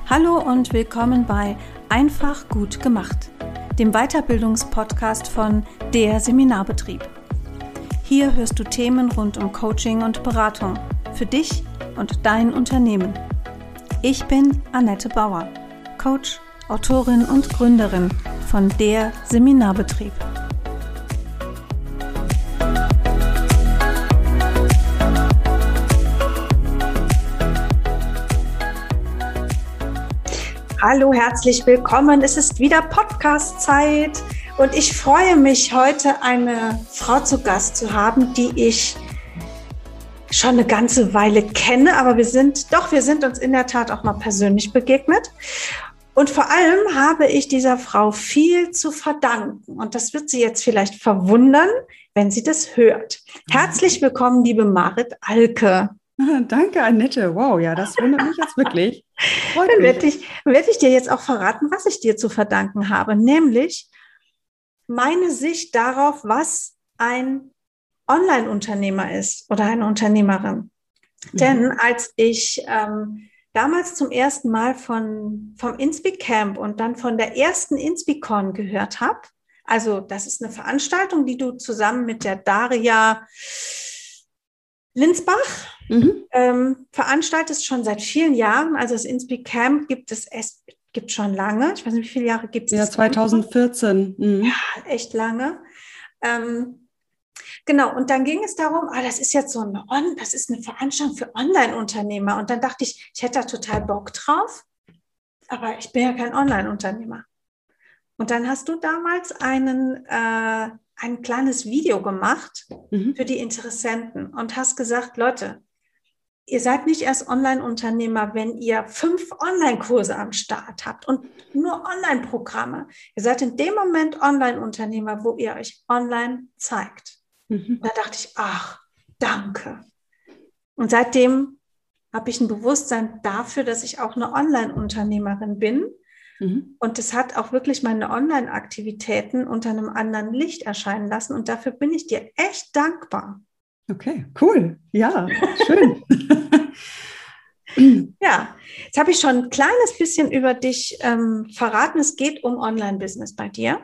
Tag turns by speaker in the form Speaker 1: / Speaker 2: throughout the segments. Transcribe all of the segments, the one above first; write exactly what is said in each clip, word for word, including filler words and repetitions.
Speaker 1: Hallo und willkommen bei Einfach gut gemacht, dem Weiterbildungspodcast von der Seminarbetrieb. Hier hörst du Themen rund um Coaching und Beratung für dich und dein Unternehmen. Ich bin Annette Bauer, Coach, Autorin und Gründerin von der Seminarbetrieb. Hallo, herzlich willkommen. Es ist wieder Podcast-Zeit und ich freue mich, heute eine Frau zu Gast zu haben, die ich schon eine ganze Weile kenne, aber wir sind, doch, wir sind uns in der Tat auch mal persönlich begegnet. Und vor allem habe ich dieser Frau viel zu verdanken und das wird sie jetzt vielleicht verwundern, wenn sie das hört. Herzlich willkommen, liebe Marit Alke.
Speaker 2: Danke, Annette. Wow, ja, das wundert mich jetzt wirklich. Freut
Speaker 1: Dann
Speaker 2: mich.
Speaker 1: werde ich, werde ich dir jetzt auch verraten, was ich dir zu verdanken habe, nämlich meine Sicht darauf, was ein Online-Unternehmer ist oder eine Unternehmerin. Mhm. Denn als ich ähm, damals zum ersten Mal von, vom InspiCamp und dann von der ersten InspiCon gehört habe, also das ist eine Veranstaltung, die du zusammen mit der Daria Linsbach mhm. ähm, veranstaltest schon seit vielen Jahren. Also das InspiCamp gibt es, es gibt schon lange. Ich weiß nicht, wie viele Jahre gibt es?
Speaker 2: Ja, zwanzig vierzehn. Mhm.
Speaker 1: Ja, echt lange. Ähm, genau, und dann ging es darum, ah, das ist jetzt so eine, On- das ist eine Veranstaltung für Online-Unternehmer. Und dann dachte ich, ich hätte da total Bock drauf, aber ich bin ja kein Online-Unternehmer. Und dann hast du damals einen, äh, ein kleines Video gemacht mhm. für die Interessenten und hast gesagt, Leute, ihr seid nicht erst Online-Unternehmer, wenn ihr fünf Online-Kurse am Start habt und nur Online-Programme. Ihr seid in dem Moment Online-Unternehmer, wo ihr euch online zeigt. Mhm. Da dachte ich, ach, danke. Und seitdem habe ich ein Bewusstsein dafür, dass ich auch eine Online-Unternehmerin bin. Mhm. Und das hat auch wirklich meine Online-Aktivitäten unter einem anderen Licht erscheinen lassen. Und dafür bin ich dir echt dankbar.
Speaker 2: Okay, cool. Ja, schön.
Speaker 1: Ja, jetzt habe ich schon ein kleines bisschen über dich ähm, verraten. Es geht um Online-Business bei dir.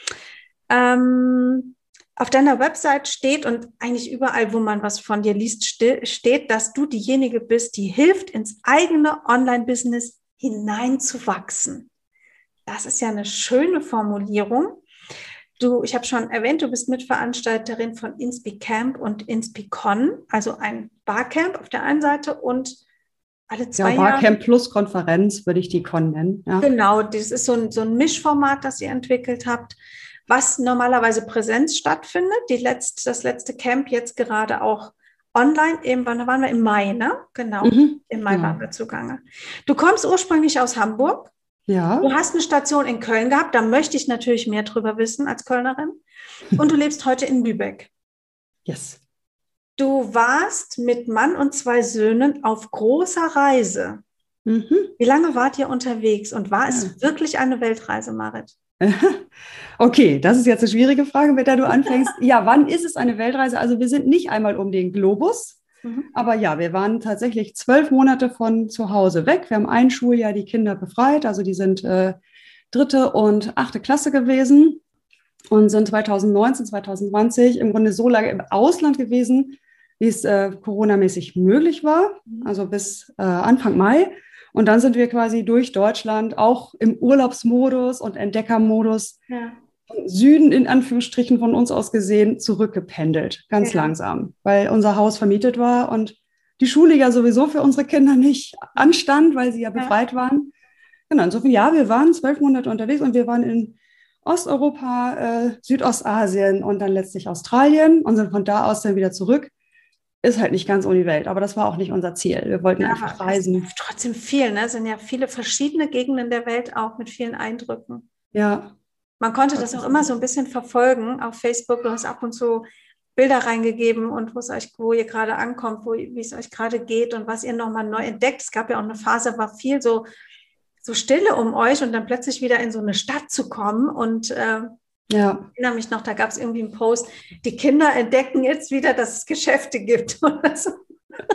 Speaker 1: Ähm, auf deiner Website steht und eigentlich überall, wo man was von dir liest, ste- steht, dass du diejenige bist, die hilft, ins eigene Online-Business hineinzuwachsen. Das ist ja eine schöne Formulierung. Du, ich habe schon erwähnt, du bist Mitveranstalterin von InspiCamp und InspiCon, also ein Barcamp auf der einen Seite und alle zwei
Speaker 2: ja, Barcamp Jahre, plus Konferenz würde ich die Con nennen. Ja.
Speaker 1: Genau, das ist so ein, so ein Mischformat, das ihr entwickelt habt, was normalerweise Präsenz stattfindet. Die letzt, das letzte Camp jetzt gerade auch online, eben, wann waren wir? Im Mai, ne? Genau, mhm, im Mai ja. waren wir zugange. Du kommst ursprünglich aus Hamburg.
Speaker 2: Ja.
Speaker 1: Du hast eine Station in Köln gehabt, da möchte ich natürlich mehr drüber wissen als Kölnerin. Und du lebst heute in Lübeck.
Speaker 2: Yes.
Speaker 1: Du warst mit Mann und zwei Söhnen auf großer Reise. Mhm. Wie lange wart ihr unterwegs und war es ja. wirklich eine Weltreise, Marit?
Speaker 2: Okay, das ist jetzt eine schwierige Frage, mit der du anfängst. Ja, wann ist es eine Weltreise? Also wir sind nicht einmal um den Globus. Mhm. Aber ja, wir waren tatsächlich zwölf Monate von zu Hause weg. Wir haben ein Schuljahr die Kinder befreit, also die sind äh, dritte und achte Klasse gewesen und sind zwanzig neunzehn, zwanzig zwanzig im Grunde so lange im Ausland gewesen, wie es äh, coronamäßig möglich war, also bis äh, Anfang Mai. Und dann sind wir quasi durch Deutschland auch im Urlaubsmodus und Entdeckermodus ja. Süden in Anführungsstrichen von uns aus gesehen zurückgependelt, ganz ja. langsam, weil unser Haus vermietet war und die Schule ja sowieso für unsere Kinder nicht anstand, weil sie ja befreit ja. waren. Genau, insofern, ja, wir waren zwölf Monate unterwegs und wir waren in Osteuropa, äh, Südostasien und dann letztlich Australien und sind von da aus dann wieder zurück. Ist halt nicht ganz um die Welt, aber das war auch nicht unser Ziel. Wir wollten ja, einfach reisen.
Speaker 1: Trotzdem viel, ne? Es sind ja viele verschiedene Gegenden der Welt auch mit vielen Eindrücken.
Speaker 2: Ja.
Speaker 1: Man konnte das auch immer so ein bisschen verfolgen auf Facebook. Du hast ab und zu Bilder reingegeben und wo es euch, wo ihr gerade ankommt, wo, wie es euch gerade geht und was ihr nochmal neu entdeckt. Es gab ja auch eine Phase, war viel so, so Stille um euch und dann plötzlich wieder in so eine Stadt zu kommen. Und äh, ja. ich erinnere mich noch, da gab es irgendwie einen Post, die Kinder entdecken jetzt wieder, dass es Geschäfte gibt oder so.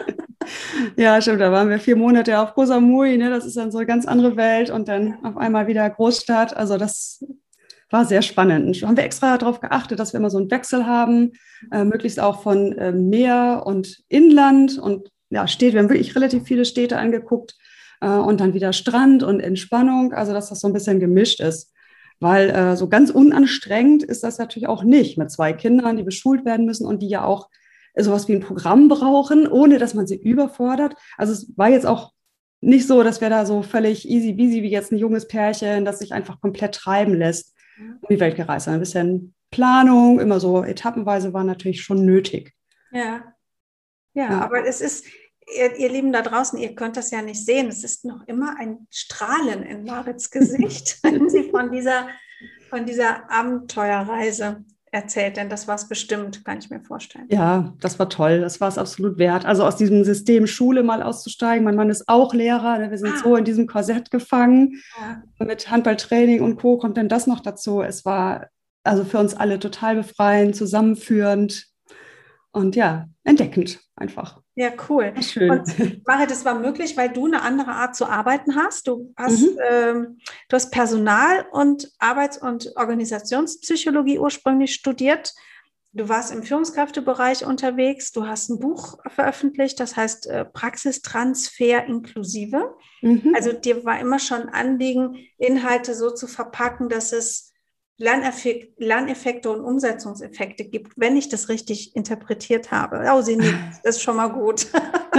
Speaker 2: Ja, stimmt, da waren wir vier Monate auf Koh Samui, ne? Das ist dann so eine ganz andere Welt und dann auf einmal wieder Großstadt. Also das war sehr spannend. Und haben wir extra darauf geachtet, dass wir immer so einen Wechsel haben, äh, möglichst auch von äh, Meer und Inland und ja, Städte. Wir haben wirklich relativ viele Städte angeguckt äh, und dann wieder Strand und Entspannung, also dass das so ein bisschen gemischt ist. Weil äh, so ganz unanstrengend ist das natürlich auch nicht mit zwei Kindern, die beschult werden müssen und die ja auch sowas wie ein Programm brauchen, ohne dass man sie überfordert. Also es war jetzt auch nicht so, dass wir da so völlig easy peasy wie jetzt ein junges Pärchen, das sich einfach komplett treiben lässt, um die Welt gereist. Ein bisschen Planung, immer so etappenweise war natürlich schon nötig.
Speaker 1: Ja, ja,
Speaker 2: Ja.
Speaker 1: aber es ist, ihr, ihr Lieben da draußen, ihr könnt das ja nicht sehen, es ist noch immer ein Strahlen in Marits Gesicht, wenn sie von dieser, von dieser Abenteuerreise erzählt, denn das war es bestimmt, kann ich mir vorstellen.
Speaker 2: Ja, das war toll. Das war es absolut wert. Also aus diesem System Schule mal auszusteigen. Mein Mann ist auch Lehrer. Ne? Wir sind
Speaker 1: Ah,
Speaker 2: so in diesem Korsett gefangen.
Speaker 1: ja.
Speaker 2: Mit Handballtraining und Co. kommt dann das noch dazu. Es war also für uns alle total befreiend, zusammenführend und ja, entdeckend einfach.
Speaker 1: Ja, cool.
Speaker 2: War schön.
Speaker 1: Und Marit, das war möglich, weil du eine andere Art zu arbeiten hast. Du hast,
Speaker 2: Mhm.
Speaker 1: ähm, du hast Personal- und Arbeits- und Organisationspsychologie ursprünglich studiert. Du warst im Führungskräftebereich unterwegs. Du hast ein Buch veröffentlicht, das heißt äh, Praxistransfer inklusive.
Speaker 2: Mhm.
Speaker 1: Also dir war immer schon Anliegen, Inhalte so zu verpacken, dass es Lerneffek- Lerneffekte und Umsetzungseffekte gibt, wenn ich das richtig interpretiert habe. Oh, sie nickt. Das ist schon mal gut.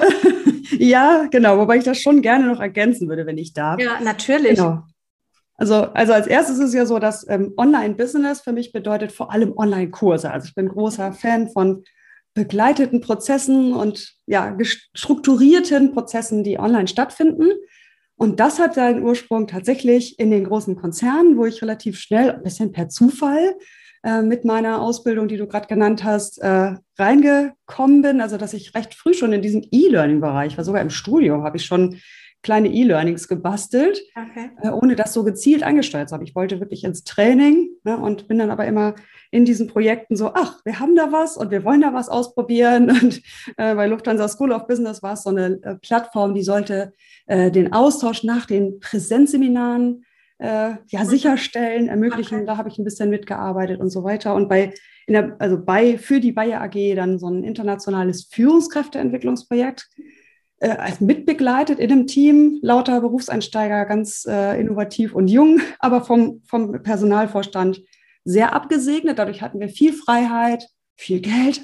Speaker 2: Ja, genau, wobei ich das schon gerne noch ergänzen würde, wenn ich darf.
Speaker 1: Ja, natürlich.
Speaker 2: Genau. Also, also als erstes ist es ja so, dass ähm, Online-Business für mich bedeutet vor allem Online-Kurse. Also ich bin großer Fan von begleiteten Prozessen und ja, strukturierten Prozessen, die online stattfinden. Und das hat seinen Ursprung tatsächlich in den großen Konzernen, wo ich relativ schnell, ein bisschen per Zufall, äh, mit meiner Ausbildung, die du gerade genannt hast, äh, reingekommen bin. Also dass ich recht früh schon in diesem E-Learning-Bereich war, sogar im Studio habe ich schon kleine E-Learnings gebastelt,
Speaker 1: Okay.
Speaker 2: äh, ohne das so gezielt angesteuert zu haben. Ich wollte wirklich ins Training, ne, und bin dann aber immer in diesen Projekten so, ach, wir haben da was und wir wollen da was ausprobieren. Und äh, bei Lufthansa School of Business war es so eine äh, Plattform, die sollte äh, den Austausch nach den Präsenzseminaren äh, ja, sicherstellen, ermöglichen.
Speaker 1: Okay.
Speaker 2: Da habe ich ein bisschen mitgearbeitet und so weiter. Und bei, in der, also bei, für die Bayer A G dann so ein internationales Führungskräfteentwicklungsprojekt äh, mitbegleitet in einem Team, lauter Berufseinsteiger, ganz äh, innovativ und jung, aber vom, vom Personalvorstand sehr abgesegnet. Dadurch hatten wir viel Freiheit, viel Geld.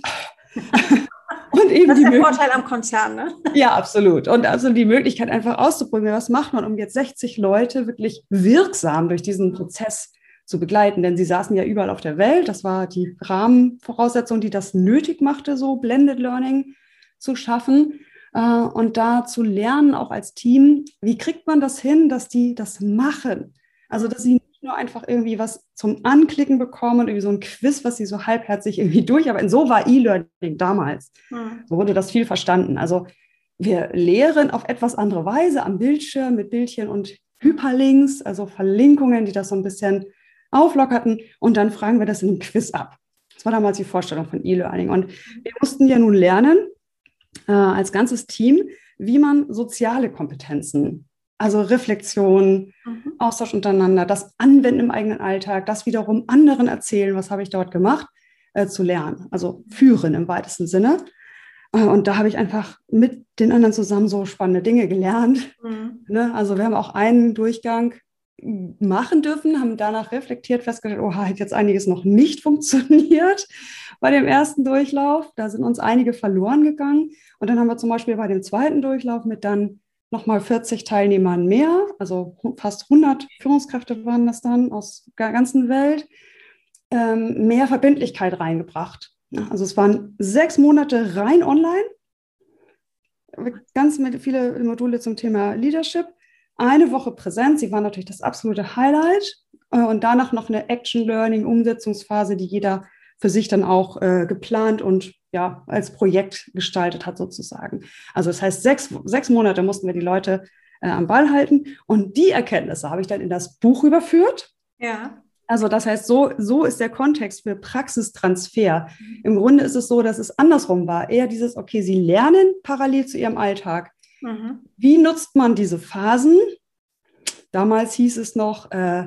Speaker 2: Und eben
Speaker 1: das ist
Speaker 2: die
Speaker 1: der Vorteil am Konzern, ne?
Speaker 2: Ja, absolut. Und also die Möglichkeit einfach auszuprobieren, was macht man, um jetzt sechzig Leute wirklich wirksam durch diesen Prozess zu begleiten. Denn sie saßen ja überall auf der Welt. Das war die Rahmenvoraussetzung, die das nötig machte, so Blended Learning zu schaffen. Und da zu lernen, auch als Team, wie kriegt man das hin, dass die das machen? Also, dass sie nicht nur einfach irgendwie was zum Anklicken bekommen und irgendwie so ein Quiz, was sie so halbherzig irgendwie durcharbeiten. So war E-Learning damals.
Speaker 1: Hm.
Speaker 2: So wurde das viel verstanden. Also, wir lehren auf etwas andere Weise am Bildschirm mit Bildchen und Hyperlinks, also Verlinkungen, die das so ein bisschen auflockerten. Und dann fragen wir das in einem Quiz ab. Das war damals die Vorstellung von E-Learning. Und wir mussten ja nun lernen, äh, als ganzes Team, wie man soziale Kompetenzen, also Reflexion, mhm. Austausch untereinander, das Anwenden im eigenen Alltag, das wiederum anderen erzählen, was habe ich dort gemacht, äh, zu lernen. Also führen im weitesten Sinne. Äh, und da habe ich einfach mit den anderen zusammen so spannende Dinge gelernt. Mhm. Ne? Also wir haben auch einen Durchgang machen dürfen, haben danach reflektiert, festgestellt, oh, hat jetzt einiges noch nicht funktioniert bei dem ersten Durchlauf. Da sind uns einige verloren gegangen. Und dann haben wir zum Beispiel bei dem zweiten Durchlauf mit dann nochmal vierzig Teilnehmern mehr, also fast hundert Führungskräfte waren das dann aus der ganzen Welt, ähm, mehr Verbindlichkeit reingebracht. Ja, also es waren sechs Monate rein online, ganz viele Module zum Thema Leadership, eine Woche Präsenz, sie war natürlich das absolute Highlight, äh, und danach noch eine Action-Learning-Umsetzungsphase, die jeder für sich dann auch äh, geplant und ja, als Projekt gestaltet hat sozusagen. Also das heißt, sechs, sechs Monate mussten wir die Leute äh, am Ball halten und die Erkenntnisse habe ich dann in das Buch überführt.
Speaker 1: Ja.
Speaker 2: Also das heißt, so, so ist der Kontext für Praxistransfer. Im Grunde ist es so, dass es andersrum war. Eher dieses, okay, Sie lernen parallel zu Ihrem Alltag. Mhm. Wie nutzt man diese Phasen? Damals hieß es noch, äh,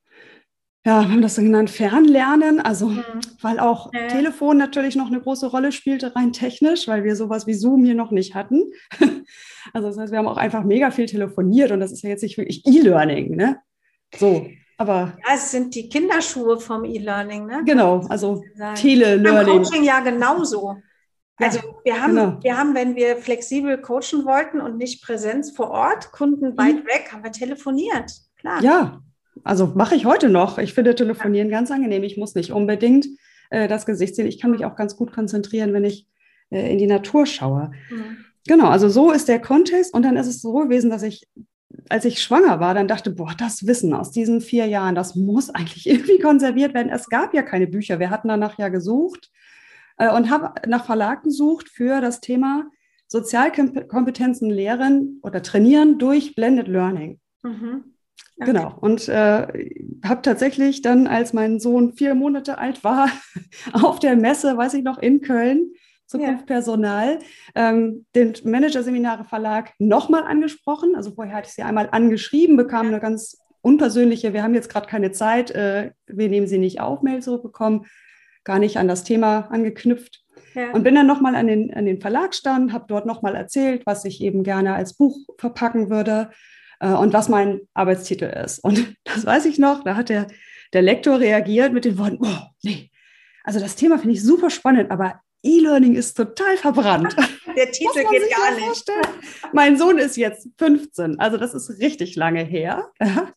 Speaker 2: ja, wir haben das so genannt, Fernlernen, also mhm. weil auch ja. Telefon natürlich noch eine große Rolle spielte, rein technisch, weil wir sowas wie Zoom hier noch nicht hatten. Also das heißt, wir haben auch einfach mega viel telefoniert und das ist ja jetzt nicht wirklich E-Learning, ne? So, aber...
Speaker 1: Ja, es sind die Kinderschuhe vom E-Learning, ne?
Speaker 2: Genau, also Tele-Learning.
Speaker 1: Beim Coaching ja genauso. Also wir haben, genau. wir haben, wenn wir flexibel coachen wollten und nicht Präsenz vor Ort, Kunden weit mhm. weg, haben wir telefoniert, klar.
Speaker 2: Ja, also mache ich heute noch. Ich finde Telefonieren ganz angenehm. Ich muss nicht unbedingt äh, das Gesicht sehen. Ich kann mich auch ganz gut konzentrieren, wenn ich äh, in die Natur schaue. Mhm. Genau, also so ist der Kontext. Und dann ist es so gewesen, dass ich, als ich schwanger war, dann dachte, boah, das Wissen aus diesen vier Jahren, das muss eigentlich irgendwie konserviert werden. Es gab ja keine Bücher. Wir hatten danach ja gesucht äh, und habe nach Verlag gesucht für das Thema Sozialkompetenzen lehren oder trainieren durch Blended Learning. Mhm. Okay. Genau, und äh, habe tatsächlich dann, als mein Sohn vier Monate alt war, auf der Messe, weiß ich noch, in Köln, Zukunft ja. Personal, ähm, den Managerseminare Verlag nochmal angesprochen. Also vorher hatte ich sie einmal angeschrieben, bekam ja. eine ganz unpersönliche, wir haben jetzt gerade keine Zeit, äh, wir nehmen sie nicht auf, Mail zurückbekommen, gar nicht an das Thema angeknüpft. Ja. Und bin dann nochmal an den, an den Verlagsstand, habe dort nochmal erzählt, was ich eben gerne als Buch verpacken würde. Und was mein Arbeitstitel ist. Und das weiß ich noch, da hat der, der Lektor reagiert mit den Worten, oh, nee, also das Thema finde ich super spannend, aber E-Learning ist total verbrannt.
Speaker 1: Der Titel geht gar nicht. Vorstellen?
Speaker 2: Mein Sohn ist jetzt fünfzehn, also das ist richtig lange her,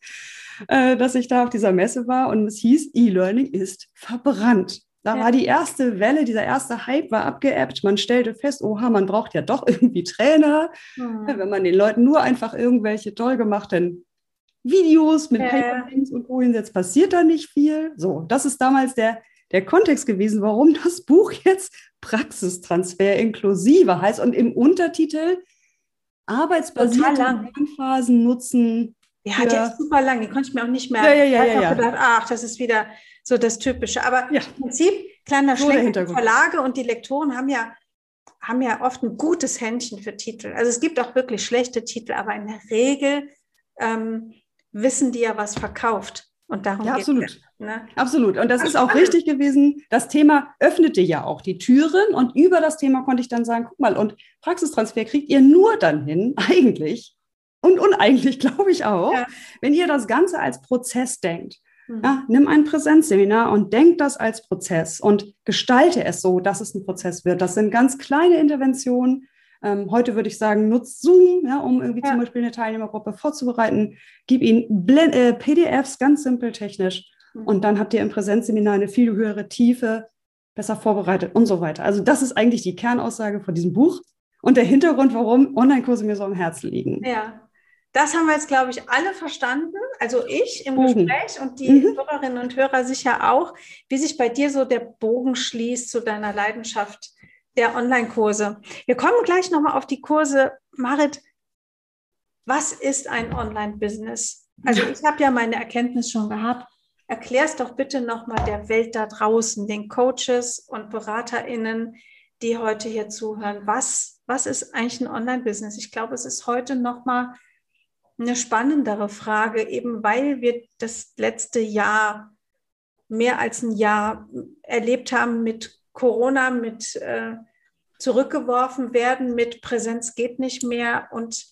Speaker 2: dass ich da auf dieser Messe war und es hieß, E-Learning ist verbrannt. Da ja. war die erste Welle, dieser erste Hype war abgeebbt. Man stellte fest, oha, man braucht ja doch irgendwie Trainer. Mhm. Wenn man den Leuten nur einfach irgendwelche toll gemachten Videos mit ja. Paperlinks und Co. hinsetzt, passiert da nicht viel. So, das ist damals der, der Kontext gewesen, warum das Buch jetzt Praxistransfer inklusive heißt und im Untertitel arbeitsbasierte Lernphasen nutzen.
Speaker 1: Ja, der ist super lang, den konnte ich mir auch nicht mehr.
Speaker 2: Ja, ja, ja,
Speaker 1: ich habe
Speaker 2: ja,
Speaker 1: gedacht, ach, das ist wieder so das Typische. Aber ja. im Prinzip, kleiner so Schlenk, die Verlage und die Lektoren haben ja, haben ja oft ein gutes Händchen für Titel. Also es gibt auch wirklich schlechte Titel, aber in der Regel ähm, wissen die ja, was verkauft. Und darum
Speaker 2: ja,
Speaker 1: geht
Speaker 2: absolut.
Speaker 1: es. Ne?
Speaker 2: Absolut. Und das, das ist auch spannend. Richtig gewesen. Das Thema öffnete ja auch die Türen. Und über das Thema konnte ich dann sagen, guck mal, und Praxistransfer kriegt ihr nur dann hin, eigentlich, und uneigentlich, glaube ich auch, ja. wenn ihr das Ganze als Prozess denkt. Mhm. Ja, nimm ein Präsenzseminar und denk das als Prozess und gestalte es so, dass es ein Prozess wird. Das sind ganz kleine Interventionen. Ähm, heute würde ich sagen, nutzt Zoom, ja, um irgendwie ja. zum Beispiel eine Teilnehmergruppe vorzubereiten. Gib ihnen Blend, äh, P D Fs, ganz simpel technisch. Mhm. Und dann habt ihr im Präsenzseminar eine viel höhere Tiefe, besser vorbereitet und so weiter. Also das ist eigentlich die Kernaussage von diesem Buch und der Hintergrund, warum Online-Kurse mir so am Herzen liegen.
Speaker 1: Ja. Das haben wir jetzt, glaube ich, alle verstanden. Also ich im Bogen. Gespräch und die mhm. Hörerinnen und Hörer sicher auch, wie sich bei dir so der Bogen schließt zu deiner Leidenschaft der Online-Kurse. Wir kommen gleich nochmal auf die Kurse. Marit, was ist ein Online-Business? Also ich habe ja meine Erkenntnis schon gehabt. Erklär es doch bitte nochmal der Welt da draußen, den Coaches und BeraterInnen, die heute hier zuhören. Was, was ist eigentlich ein Online-Business? Ich glaube, es ist heute nochmal eine spannendere Frage, eben weil wir das letzte Jahr, mehr als ein Jahr erlebt haben mit Corona, mit äh, zurückgeworfen werden, mit Präsenz geht nicht mehr. Und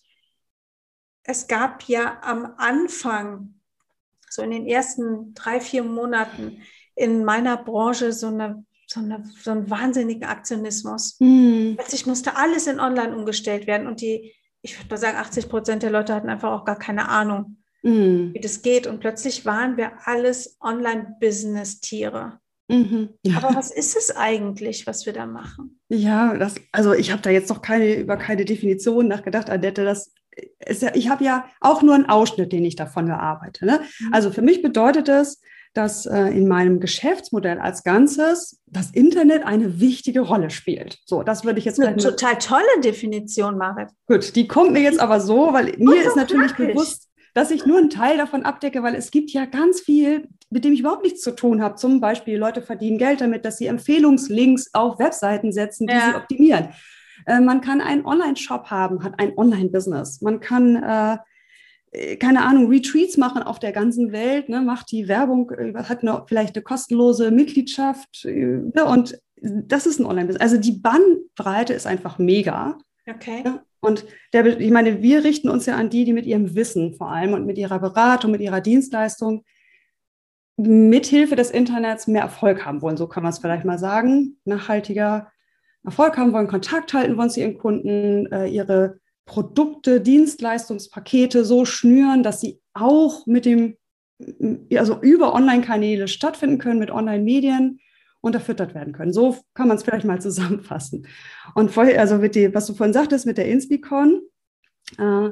Speaker 1: es gab ja am Anfang, so in den ersten drei, vier Monaten in meiner Branche so, eine, so, eine, so einen wahnsinnigen Aktionismus. Mhm. Plötzlich musste alles in Online umgestellt werden und die ich würde mal sagen, achtzig Prozent der Leute hatten einfach auch gar keine Ahnung, mm. wie das geht. Und plötzlich waren wir alles Online-Business-Tiere. Mhm. Ja. Aber was ist es eigentlich, was wir da machen?
Speaker 2: Ja, das, also ich habe da jetzt noch keine, über keine Definition nachgedacht, Annette. Das ist ja, ich habe ja auch nur einen Ausschnitt, den ich davon erarbeite. Ne? Mhm. Also für mich bedeutet es, dass äh, in meinem Geschäftsmodell als Ganzes das Internet eine wichtige Rolle spielt. So, das würde ich jetzt
Speaker 1: eine total tolle Definition, Marit.
Speaker 2: Gut, die kommt mir jetzt aber so, weil mir ist natürlich bewusst, dass ich nur einen Teil davon abdecke, weil es gibt ja ganz viel mit dem ich überhaupt nichts zu tun habe. Zum Beispiel, Leute verdienen Geld damit, dass sie Empfehlungslinks auf Webseiten setzen, die ja. sie optimieren. Äh, man kann einen Online-Shop haben, hat ein Online-Business. Man kann, äh, keine Ahnung, Retreats machen auf der ganzen Welt, ne, macht die Werbung, hat eine, vielleicht eine kostenlose Mitgliedschaft äh, und das ist ein Online-Business. Also die Bandbreite ist einfach mega.
Speaker 1: Okay.
Speaker 2: Ja? Und der, ich meine, wir richten uns ja an die, die mit ihrem Wissen vor allem und mit ihrer Beratung, mit ihrer Dienstleistung mithilfe des Internets mehr Erfolg haben wollen. So kann man es vielleicht mal sagen. Nachhaltiger Erfolg haben wollen, Kontakt halten wollen zu ihren Kunden, äh, ihre Produkte, Dienstleistungspakete so schnüren, dass sie auch mit dem, also über Online-Kanäle stattfinden können, mit Online-Medien unterfüttert werden können. So kann man es vielleicht mal zusammenfassen. Und vorher, also mit die, was du vorhin sagtest, mit der Inspicon, äh,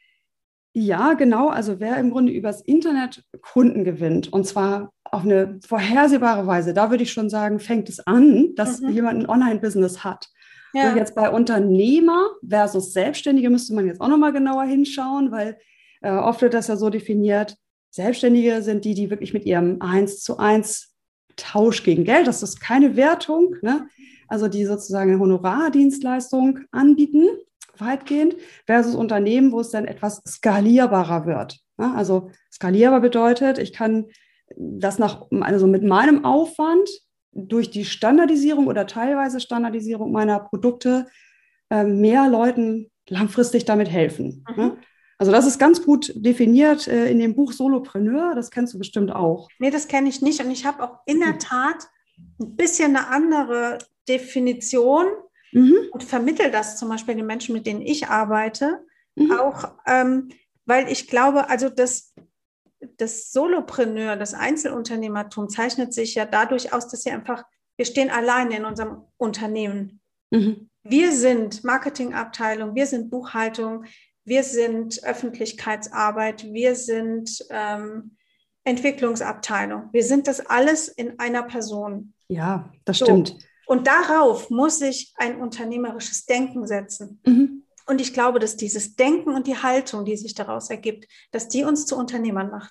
Speaker 2: ja, genau, also wer im Grunde übers Internet Kunden gewinnt, und zwar auf eine vorhersehbare Weise, da würde ich schon sagen, fängt es an, dass mhm. jemand ein Online-Business hat. Ja. So jetzt bei Unternehmer versus Selbstständige müsste man jetzt auch nochmal genauer hinschauen, weil äh, oft wird das ja so definiert, Selbstständige sind die, die wirklich mit ihrem eins zu eins Tausch gegen Geld, das ist keine Wertung, ne? Also die sozusagen eine Honorardienstleistung anbieten, weitgehend, versus Unternehmen, wo es dann etwas skalierbarer wird. Ne? Also skalierbar bedeutet, ich kann das nach, also mit meinem Aufwand durch die Standardisierung oder teilweise Standardisierung meiner Produkte äh, mehr Leuten langfristig damit helfen. Mhm. Ne? Also das ist ganz gut definiert äh, in dem Buch Solopreneur, das kennst du bestimmt auch.
Speaker 1: Nee, das kenne ich nicht und ich habe auch in der Tat ein bisschen eine andere Definition mhm. und vermittle das zum Beispiel den Menschen, mit denen ich arbeite, mhm. auch, ähm, weil ich glaube, also das, das Solopreneur, das Einzelunternehmertum zeichnet sich ja dadurch aus, dass sie einfach, wir stehen alleine in unserem Unternehmen. Mhm. Wir sind Marketingabteilung, wir sind Buchhaltung, wir sind Öffentlichkeitsarbeit, wir sind ähm, Entwicklungsabteilung. Wir sind das alles in einer Person.
Speaker 2: Ja, das
Speaker 1: so.
Speaker 2: Stimmt.
Speaker 1: Und darauf muss sich ein unternehmerisches Denken setzen. Mhm. Und ich glaube, dass dieses Denken und die Haltung, die sich daraus ergibt, dass die uns zu Unternehmern macht.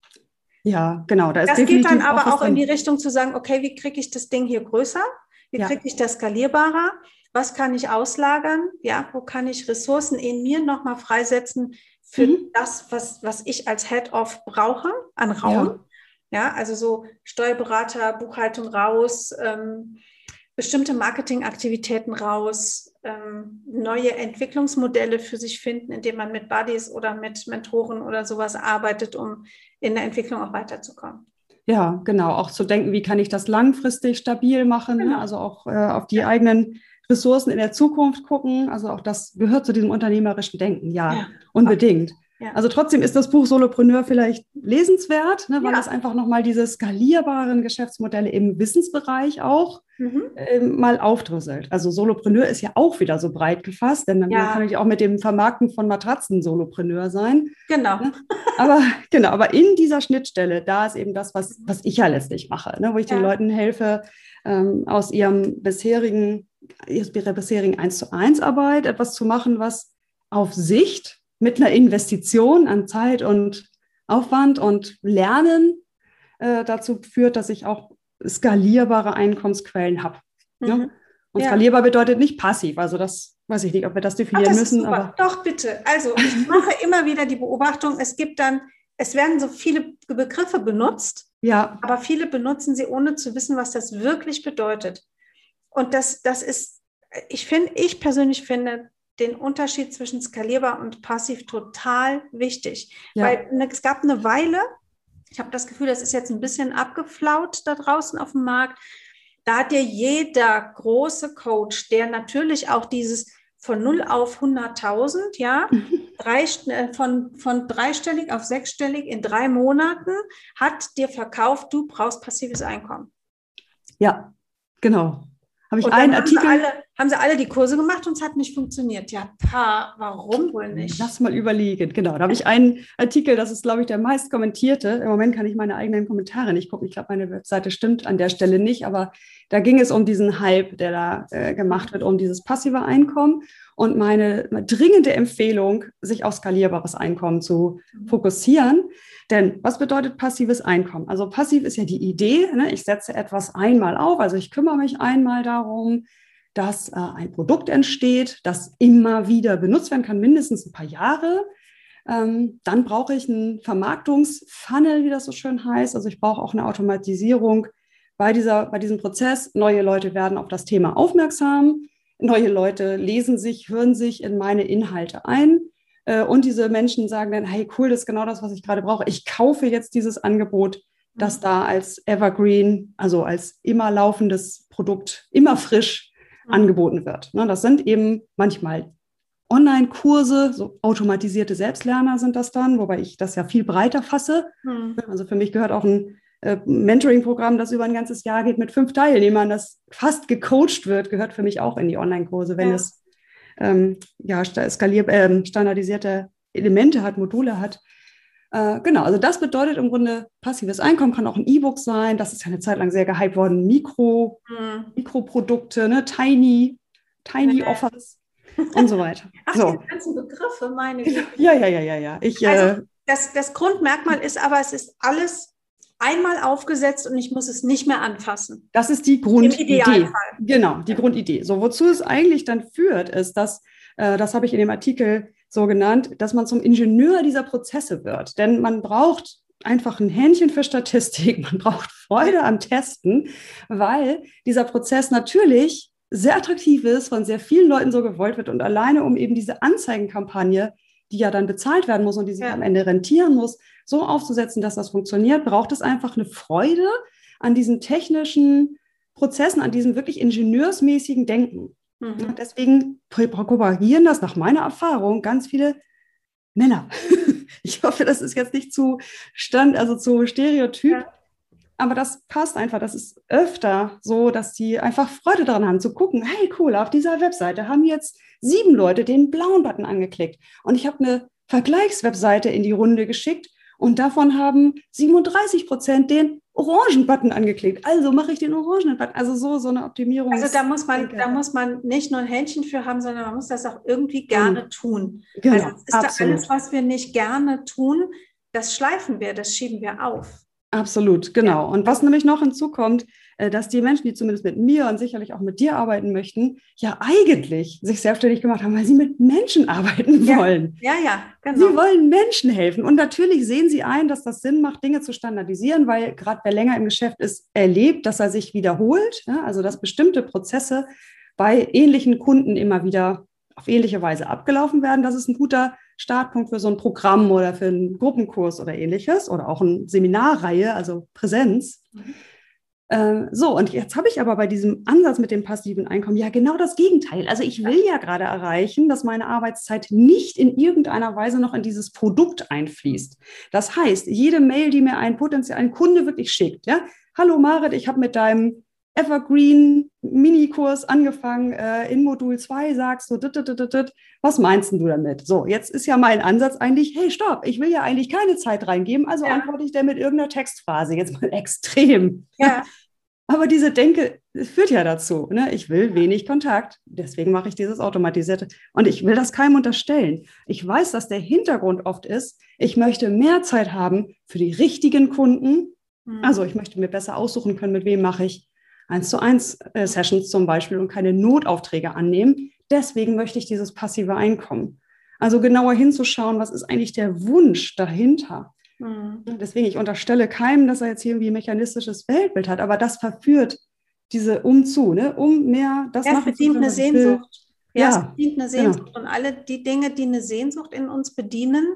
Speaker 2: Ja, genau. Da ist
Speaker 1: das geht dann aber auch, auch in die Richtung zu sagen, okay, wie kriege ich das Ding hier größer? Wie ja. kriege ich das skalierbarer? Was kann ich auslagern? Ja, wo kann ich Ressourcen in mir nochmal freisetzen für mhm. das, was, was ich als Head-Off brauche an Raum? Ja, ja, also so Steuerberater, Buchhaltung raus, ähm, bestimmte Marketingaktivitäten raus, ähm, neue Entwicklungsmodelle für sich finden, indem man mit Buddies oder mit Mentoren oder sowas arbeitet, um in der Entwicklung auch weiterzukommen.
Speaker 2: Ja, genau. Auch zu denken, wie kann ich das langfristig stabil machen, genau. ne? Also auch äh, auf die ja. eigenen Ressourcen in der Zukunft gucken. Also auch das gehört zu diesem unternehmerischen Denken, ja, ja. unbedingt. Ja. Also trotzdem ist das Buch Solopreneur vielleicht lesenswert, ne, weil ja. es einfach nochmal diese skalierbaren Geschäftsmodelle im Wissensbereich auch mhm. äh, mal aufdröselt. Also Solopreneur ist ja auch wieder so breit gefasst, denn dann ja. kann ich auch mit dem Vermarkten von Matratzen Solopreneur sein.
Speaker 1: Genau.
Speaker 2: Ne? Aber genau, aber in dieser Schnittstelle, da ist eben das, was, was ich ja letztlich mache, ne, wo ich ja. den Leuten helfe, ähm, aus ihrem bisherigen, ihrer bisherigen eins zu eins Arbeit etwas zu machen, was auf Sicht mit einer Investition an Zeit und Aufwand und Lernen äh, dazu führt, dass ich auch skalierbare Einkommensquellen habe. Mhm. Ne? Und ja. skalierbar bedeutet nicht passiv. Also das weiß ich nicht, ob wir das definieren
Speaker 1: Ach, das
Speaker 2: müssen.
Speaker 1: Ist super.
Speaker 2: Aber
Speaker 1: Doch, bitte. Also ich mache immer wieder die Beobachtung, es gibt dann, es werden so viele Begriffe benutzt,
Speaker 2: ja.
Speaker 1: aber viele benutzen sie, ohne zu wissen, was das wirklich bedeutet. Und das, das ist, ich finde, ich persönlich finde, den Unterschied zwischen skalierbar und passiv total wichtig. Ja. Weil ne, es gab eine Weile, ich habe das Gefühl, das ist jetzt ein bisschen abgeflaut da draußen auf dem Markt, da hat ja jeder große Coach, der natürlich auch dieses von null auf hunderttausend, ja, drei, von, von dreistellig auf sechsstellig in drei Monaten, hat dir verkauft, du brauchst passives Einkommen.
Speaker 2: Ja, genau. Habe ich
Speaker 1: und
Speaker 2: einen
Speaker 1: dann
Speaker 2: Artikel.
Speaker 1: Haben sie, alle, haben sie alle die Kurse gemacht und es hat nicht funktioniert. Ja, pa, warum wohl nicht?
Speaker 2: Lass mal überlegen. Genau, da habe ich einen Artikel, das ist, glaube ich, der meist kommentierte. Im Moment kann ich meine eigenen Kommentare nicht gucken. Ich glaube, meine Webseite stimmt an der Stelle nicht, aber da ging es um diesen Hype, der da äh, gemacht wird, um dieses passive Einkommen. und meine dringende Empfehlung, sich auf skalierbares Einkommen zu fokussieren. Denn was bedeutet passives Einkommen? Also passiv ist ja die Idee, ne? Ich setze etwas einmal auf, also ich kümmere mich einmal darum, dass äh, ein Produkt entsteht, das immer wieder benutzt werden kann, mindestens ein paar Jahre. Ähm, dann brauche ich einen Vermarktungsfunnel, wie das so schön heißt. Also ich brauche auch eine Automatisierung bei, dieser, bei diesem Prozess. Neue Leute werden auf das Thema aufmerksam. Neue Leute lesen sich, hören sich in meine Inhalte ein. Äh, und diese Menschen sagen dann, hey, cool, das ist genau das, was ich gerade brauche. Ich kaufe jetzt dieses Angebot, das da als Evergreen, also als immer laufendes Produkt, immer frisch angeboten wird. Ne, das sind eben manchmal Online-Kurse, so automatisierte Selbstlerner sind das dann, wobei ich das ja viel breiter fasse. Hm. Also für mich gehört auch ein äh, Mentoring-Programm, das über ein ganzes Jahr geht mit fünf Teilnehmern, das fast gecoacht wird, gehört für mich auch in die Online-Kurse, wenn ja. es ähm, ja, skalier- äh, standardisierte Elemente hat, Module hat. Äh, genau, also das bedeutet im Grunde passives Einkommen, kann auch ein E-Book sein, das ist ja eine Zeit lang sehr gehypt worden, Mikro, hm. Mikroprodukte, ne? Tiny, Tiny ja. Offers. Und so weiter.
Speaker 1: Ach,
Speaker 2: so.
Speaker 1: Die ganzen Begriffe, meine Güte.
Speaker 2: Ja, ja, ja, ja, ja. Ich,
Speaker 1: also
Speaker 2: äh,
Speaker 1: das, das Grundmerkmal ist aber, es ist alles einmal aufgesetzt und ich muss es nicht mehr anfassen.
Speaker 2: Das ist die Grundidee. Genau, die ja. Grundidee. So, wozu es eigentlich dann führt, ist, dass, äh, das habe ich in dem Artikel so genannt, dass man zum Ingenieur dieser Prozesse wird. Denn man braucht einfach ein Händchen für Statistik, man braucht Freude am Testen, weil dieser Prozess natürlich sehr attraktiv ist, von sehr vielen Leuten so gewollt wird und alleine um eben diese Anzeigenkampagne, die ja dann bezahlt werden muss und die sich ja. am Ende rentieren muss, so aufzusetzen, dass das funktioniert, braucht es einfach eine Freude an diesen technischen Prozessen, an diesem wirklich ingenieursmäßigen Denken. Mhm. Und deswegen propagieren das nach meiner Erfahrung ganz viele Männer. Ich hoffe, das ist jetzt nicht zu Stand, also zu Stereotyp. Ja. Aber das passt einfach, das ist öfter so, dass die einfach Freude daran haben, zu gucken, hey, cool, auf dieser Webseite haben jetzt sieben Leute den blauen Button angeklickt. Und ich habe eine Vergleichswebseite in die Runde geschickt und davon haben siebenunddreißig Prozent den orangen Button angeklickt. Also mache ich den orangen Button. Also so, so eine Optimierung.
Speaker 1: Also da muss man, da muss man nicht nur ein Händchen für haben, sondern man muss das auch irgendwie gerne mhm. tun.
Speaker 2: Genau,
Speaker 1: also ist da alles, was wir nicht gerne tun, das schleifen wir, das schieben wir auf.
Speaker 2: Absolut, genau. Ja. Und was nämlich noch hinzukommt, dass die Menschen, die zumindest mit mir und sicherlich auch mit dir arbeiten möchten, ja eigentlich sich selbstständig gemacht haben, weil sie mit Menschen arbeiten
Speaker 1: ja.
Speaker 2: wollen.
Speaker 1: Ja, ja, genau.
Speaker 2: Sie wollen Menschen helfen. Und natürlich sehen sie ein, dass das Sinn macht, Dinge zu standardisieren, weil gerade wer länger im Geschäft ist, erlebt, dass er sich wiederholt. Ja, also dass bestimmte Prozesse bei ähnlichen Kunden immer wieder auf ähnliche Weise abgelaufen werden. Das ist ein guter Startpunkt für so ein Programm oder für einen Gruppenkurs oder ähnliches oder auch eine Seminarreihe, also Präsenz. Mhm. Äh, so, und jetzt habe ich aber bei diesem Ansatz mit dem passiven Einkommen ja genau das Gegenteil. Also ich will ja gerade erreichen, dass meine Arbeitszeit nicht in irgendeiner Weise noch in dieses Produkt einfließt. Das heißt, jede Mail, die mir ein potenziellen Kunde wirklich schickt, ja, hallo Marit, ich habe mit deinem Evergreen-Minikurs angefangen, äh, in Modul zwei sagst du, dit, dit, dit, dit, was meinst du damit? So, jetzt ist ja mein Ansatz eigentlich, hey, stopp, ich will ja eigentlich keine Zeit reingeben, also ja. antworte ich dir mit irgendeiner Textphrase, jetzt mal extrem.
Speaker 1: Ja.
Speaker 2: Aber diese Denke führt ja dazu, ne? Ich will wenig Kontakt, deswegen mache ich dieses Automatisierte und ich will das keinem unterstellen. Ich weiß, dass der Hintergrund oft ist, ich möchte mehr Zeit haben für die richtigen Kunden, mhm. also ich möchte mir besser aussuchen können, mit wem mache ich eins zu eins äh, Sessions zum Beispiel und keine Notaufträge annehmen. Deswegen möchte ich dieses passive Einkommen. Also genauer hinzuschauen, was ist eigentlich der Wunsch dahinter. Mhm. Deswegen, ich unterstelle keinem, dass er jetzt hier irgendwie ein mechanistisches Weltbild hat, aber das verführt diese umzu, ne? um mehr das
Speaker 1: ja,
Speaker 2: machen
Speaker 1: bedient
Speaker 2: zu können,
Speaker 1: eine Sehnsucht. Ja,
Speaker 2: ja,
Speaker 1: es bedient eine Sehnsucht. Genau. Und alle die Dinge, die eine Sehnsucht in uns bedienen,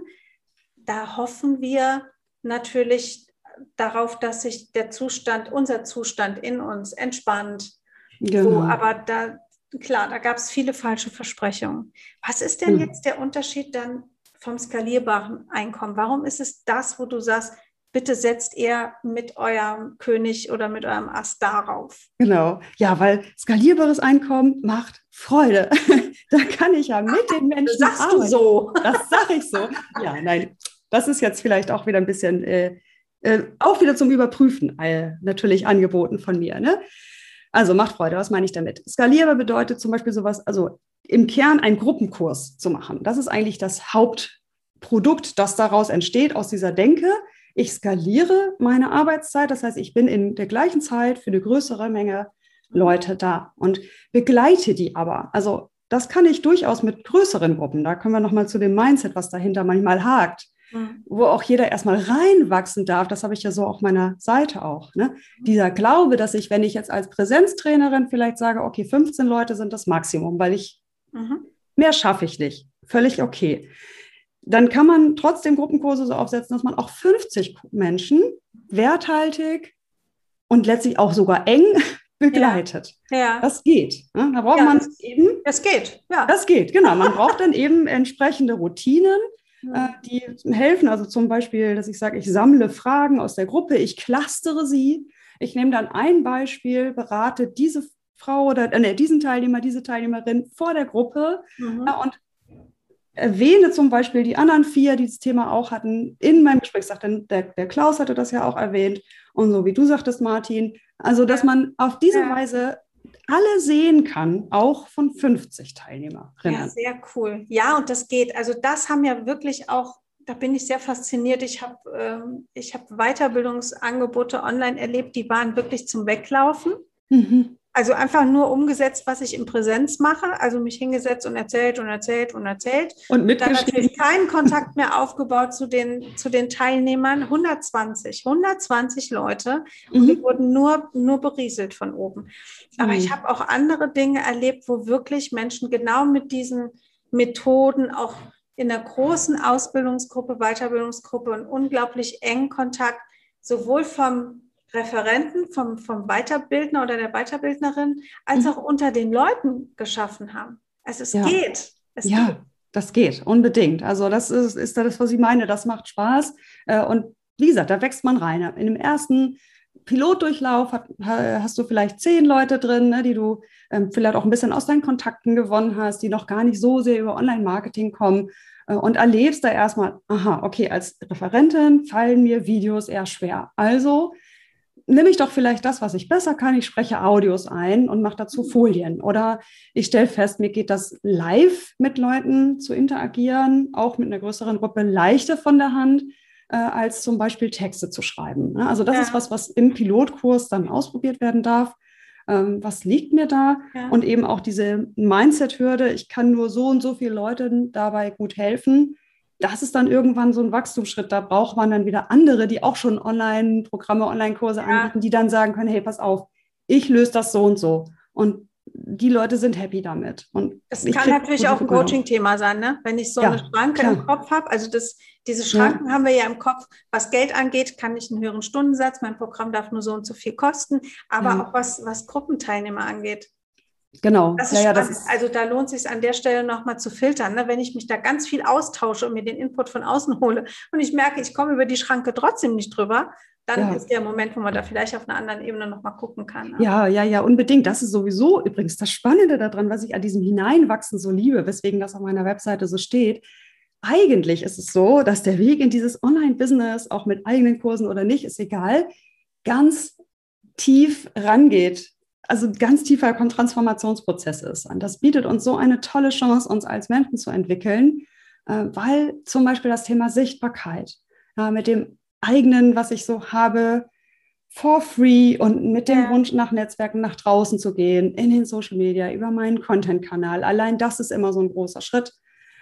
Speaker 1: da hoffen wir natürlich darauf, dass sich der Zustand, unser Zustand in uns entspannt. Genau. So, aber da, klar, da gab es viele falsche Versprechungen. Was ist denn mhm. jetzt der Unterschied dann vom skalierbaren Einkommen? Warum ist es das, wo du sagst, bitte setzt ihr mit eurem König oder mit eurem Ass darauf?
Speaker 2: Genau, ja, weil skalierbares Einkommen macht Freude. Da kann ich ja mit den Menschen
Speaker 1: das sagst
Speaker 2: arbeiten.
Speaker 1: Du so.
Speaker 2: Das sage ich so. Ja, nein, das ist jetzt vielleicht auch wieder ein bisschen... Äh, Äh, auch wieder zum Überprüfen, äh, natürlich angeboten von mir. Ne? Also macht Freude, was meine ich damit? Skalierbar bedeutet zum Beispiel sowas, also im Kern einen Gruppenkurs zu machen. Das ist eigentlich das Hauptprodukt, das daraus entsteht, aus dieser Denke. Ich skaliere meine Arbeitszeit, das heißt, ich bin in der gleichen Zeit für eine größere Menge Leute da und begleite die aber. Also das kann ich durchaus mit größeren Gruppen. Da kommen wir nochmal zu dem Mindset, was dahinter manchmal hakt, mhm. wo auch jeder erstmal reinwachsen darf. Das habe ich ja so auf meiner Seite auch. Ne? Mhm. Dieser Glaube, dass ich, wenn ich jetzt als Präsenztrainerin vielleicht sage, okay, fünfzehn Leute sind das Maximum, weil ich, mhm. mehr schaffe ich nicht. Völlig okay. Dann kann man trotzdem Gruppenkurse so aufsetzen, dass man auch fünfzig Menschen werthaltig und letztlich auch sogar eng begleitet.
Speaker 1: Ja. Ja.
Speaker 2: Das geht. Ne? Da braucht
Speaker 1: ja,
Speaker 2: man
Speaker 1: das,
Speaker 2: eben.
Speaker 1: Das geht, ja.
Speaker 2: Das geht, genau. Man braucht dann eben entsprechende Routinen, ja. äh, die helfen. Also zum Beispiel, dass ich sage, ich sammle Fragen aus der Gruppe, ich clustere sie. Ich nehme dann ein Beispiel, berate diese Frau oder äh, diesen Teilnehmer, diese Teilnehmerin vor der Gruppe mhm. äh, und erwähne zum Beispiel die anderen vier, die das Thema auch hatten, in meinem Gespräch. Sagte, der, der Klaus hatte das ja auch erwähnt und so wie du sagtest, Martin. Also, dass ja. man auf diese ja. Weise alle sehen kann, auch von fünfzig Teilnehmerinnen.
Speaker 1: Ja, sehr cool. Ja, und das geht. Also das haben ja wirklich auch, da bin ich sehr fasziniert. Ich habe ähm, ich hab Weiterbildungsangebote online erlebt, die waren wirklich zum Weglaufen. Mhm. Also einfach nur umgesetzt, was ich in Präsenz mache. Also mich hingesetzt und erzählt und erzählt und erzählt.
Speaker 2: Und
Speaker 1: dann natürlich keinen Kontakt mehr aufgebaut zu den, zu den Teilnehmern. hundertzwanzig, hundertzwanzig Leute. Und mhm. wir wurden nur, nur berieselt von oben. Aber mhm. ich habe auch andere Dinge erlebt, wo wirklich Menschen genau mit diesen Methoden auch in einer großen Ausbildungsgruppe, Weiterbildungsgruppe und unglaublich engen Kontakt, sowohl vom Referenten, vom, vom Weiterbildner oder der Weiterbildnerin, als auch unter den Leuten geschaffen haben. Also es
Speaker 2: ja.
Speaker 1: geht. Es
Speaker 2: ja,
Speaker 1: geht.
Speaker 2: das geht, unbedingt. Also das ist, ist das, was ich meine. Das macht Spaß. Und wie gesagt, da wächst man rein. In dem ersten Pilotdurchlauf hat, hast du vielleicht zehn Leute drin, ne, die du ähm, vielleicht auch ein bisschen aus deinen Kontakten gewonnen hast, die noch gar nicht so sehr über Online-Marketing kommen. Und erlebst da erstmal, aha, okay, als Referentin fallen mir Videos eher schwer. Also nehme ich doch vielleicht das, was ich besser kann. Ich spreche Audios ein und mache dazu Folien. Oder ich stelle fest, mir geht das live mit Leuten zu interagieren, auch mit einer größeren Gruppe, leichter von der Hand, äh, als zum Beispiel Texte zu schreiben. Ne? Also das ja. ist was, was im Pilotkurs dann ausprobiert werden darf. Ähm, was liegt mir da? Ja. Und eben auch diese Mindset-Hürde, ich kann nur so und so viele Leuten dabei gut helfen. Das ist dann irgendwann so ein Wachstumsschritt. Da braucht man dann wieder andere, die auch schon Online-Programme, Online-Kurse ja. anbieten, die dann sagen können, hey, pass auf, ich löse das so und so. Und die Leute sind happy damit. Und
Speaker 1: es kann natürlich auch ein Coaching-Thema sein, ne? Wenn ich so ja, eine Schranke klar. im Kopf habe. Also das, diese Schranken ja. haben wir ja im Kopf. Was Geld angeht, kann ich einen höheren Stundensatz. Mein Programm darf nur so und so viel kosten. Aber ja. auch was, was Gruppenteilnehmer angeht.
Speaker 2: Genau.
Speaker 1: Das ist ja, ja, das ist also da lohnt es sich an der Stelle nochmal zu filtern. Ne? Wenn ich mich da ganz viel austausche und mir den Input von außen hole und ich merke, ich komme über die Schranke trotzdem nicht drüber, dann ja. ist der Moment, wo man da vielleicht auf einer anderen Ebene nochmal gucken kann. Ne?
Speaker 2: Ja, ja, ja, unbedingt. Das ist sowieso übrigens das Spannende daran, was ich an diesem Hineinwachsen so liebe, weswegen das auf meiner Webseite so steht. Eigentlich ist es so, dass der Weg in dieses Online-Business, auch mit eigenen Kursen oder nicht, ist egal, ganz tief rangeht. Also ein ganz tiefer Transformationsprozess ist. Und das bietet uns so eine tolle Chance, uns als Menschen zu entwickeln, weil zum Beispiel das Thema Sichtbarkeit mit dem eigenen, was ich so habe, for free und mit dem ja. Wunsch nach Netzwerken nach draußen zu gehen, in den Social Media, über meinen Content-Kanal. Allein das ist immer so ein großer Schritt,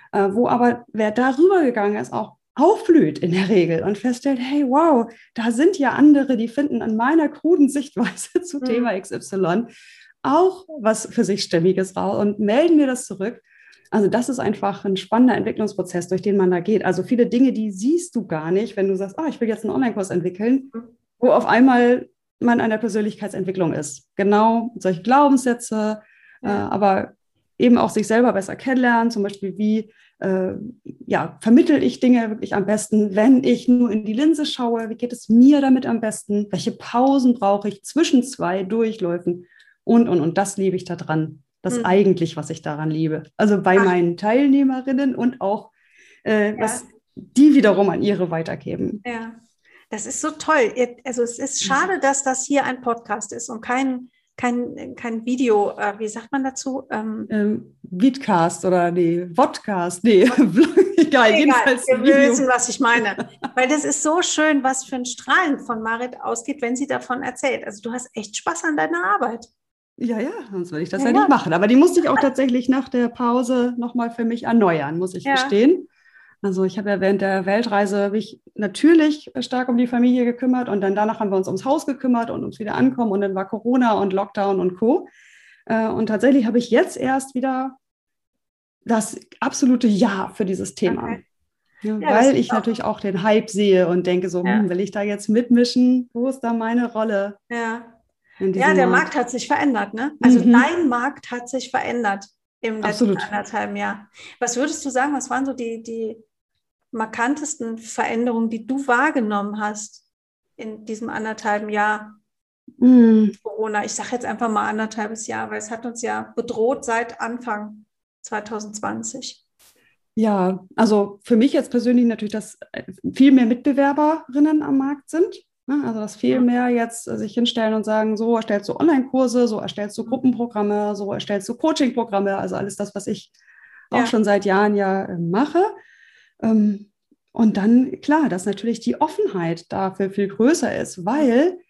Speaker 2: wo aber wer darüber gegangen ist, auch aufblüht in der Regel und feststellt, hey, wow, da sind ja andere, die finden an meiner kruden Sichtweise zu mhm. Thema X Y auch was für sich Stimmiges raus und melden mir das zurück. Also das ist einfach ein spannender Entwicklungsprozess, durch den man da geht. Also viele Dinge, die siehst du gar nicht, wenn du sagst, ah, ich will jetzt einen Online-Kurs entwickeln, wo auf einmal man an der Persönlichkeitsentwicklung ist. Genau, solche Glaubenssätze, ja. äh, aber eben auch sich selber besser kennenlernen, zum Beispiel wie Äh, ja, vermittel ich Dinge wirklich am besten, wenn ich nur in die Linse schaue, wie geht es mir damit am besten, welche Pausen brauche ich zwischen zwei Durchläufen und, und, und das liebe ich daran, das mhm. eigentlich, was ich daran liebe. Also bei Ach. meinen Teilnehmerinnen und auch, äh, ja. was die wiederum an ihre weitergeben.
Speaker 1: Ja, das ist so toll. Also es ist schade, dass das hier ein Podcast ist und kein kein, kein Video, äh, wie sagt man dazu? Ähm,
Speaker 2: ähm, Vidcast oder nee, Vodcast, nee, egal, jedenfalls
Speaker 1: wir
Speaker 2: Video.
Speaker 1: wissen, was ich meine. Weil das ist so schön, was für ein Strahlen von Marit ausgeht, wenn sie davon erzählt. Also du hast echt Spaß an deiner Arbeit.
Speaker 2: Ja, ja, sonst würde ich das
Speaker 1: Ja,
Speaker 2: ja,
Speaker 1: ja.
Speaker 2: nicht machen. Aber die musste ich auch tatsächlich nach der Pause nochmal für mich erneuern, muss ich
Speaker 1: Ja.
Speaker 2: gestehen. Also ich habe ja während der Weltreise mich natürlich stark um die Familie gekümmert und dann danach haben wir uns ums Haus gekümmert und ums Wiederankommen und dann war Corona und Lockdown und Co. Und tatsächlich habe ich jetzt erst wieder das absolute Ja für dieses Thema.
Speaker 1: Okay.
Speaker 2: Ja,
Speaker 1: Ja,
Speaker 2: weil
Speaker 1: das
Speaker 2: ich
Speaker 1: auch.
Speaker 2: natürlich auch den Hype sehe und denke so,
Speaker 1: Ja.
Speaker 2: hm, will ich da jetzt mitmischen? Wo ist da meine Rolle?
Speaker 1: Ja.
Speaker 2: In
Speaker 1: Ja, der
Speaker 2: Markt?
Speaker 1: Markt hat sich verändert, ne? Also
Speaker 2: Mhm.
Speaker 1: dein Markt hat sich verändert im letzten
Speaker 2: Absolut.
Speaker 1: anderthalben Jahr. Was würdest du sagen, was waren so die, die markantesten Veränderungen, die du wahrgenommen hast in diesem anderthalben Jahr
Speaker 2: Mhm.
Speaker 1: Corona? Ich sage jetzt einfach mal anderthalbes Jahr, weil es hat uns ja bedroht seit Anfang zwanzig zwanzig.
Speaker 2: Ja, also für mich jetzt persönlich natürlich, dass viel mehr Mitbewerberinnen am Markt sind. Ne? Also dass viel mehr jetzt sich hinstellen und sagen, so erstellst du Online-Kurse, so erstellst du Gruppenprogramme, so erstellst du Coaching-Programme, also alles das, was ich auch
Speaker 1: Ja.
Speaker 2: schon seit Jahren ja äh, mache. Ähm, und dann, klar, dass natürlich die Offenheit dafür viel größer ist, weil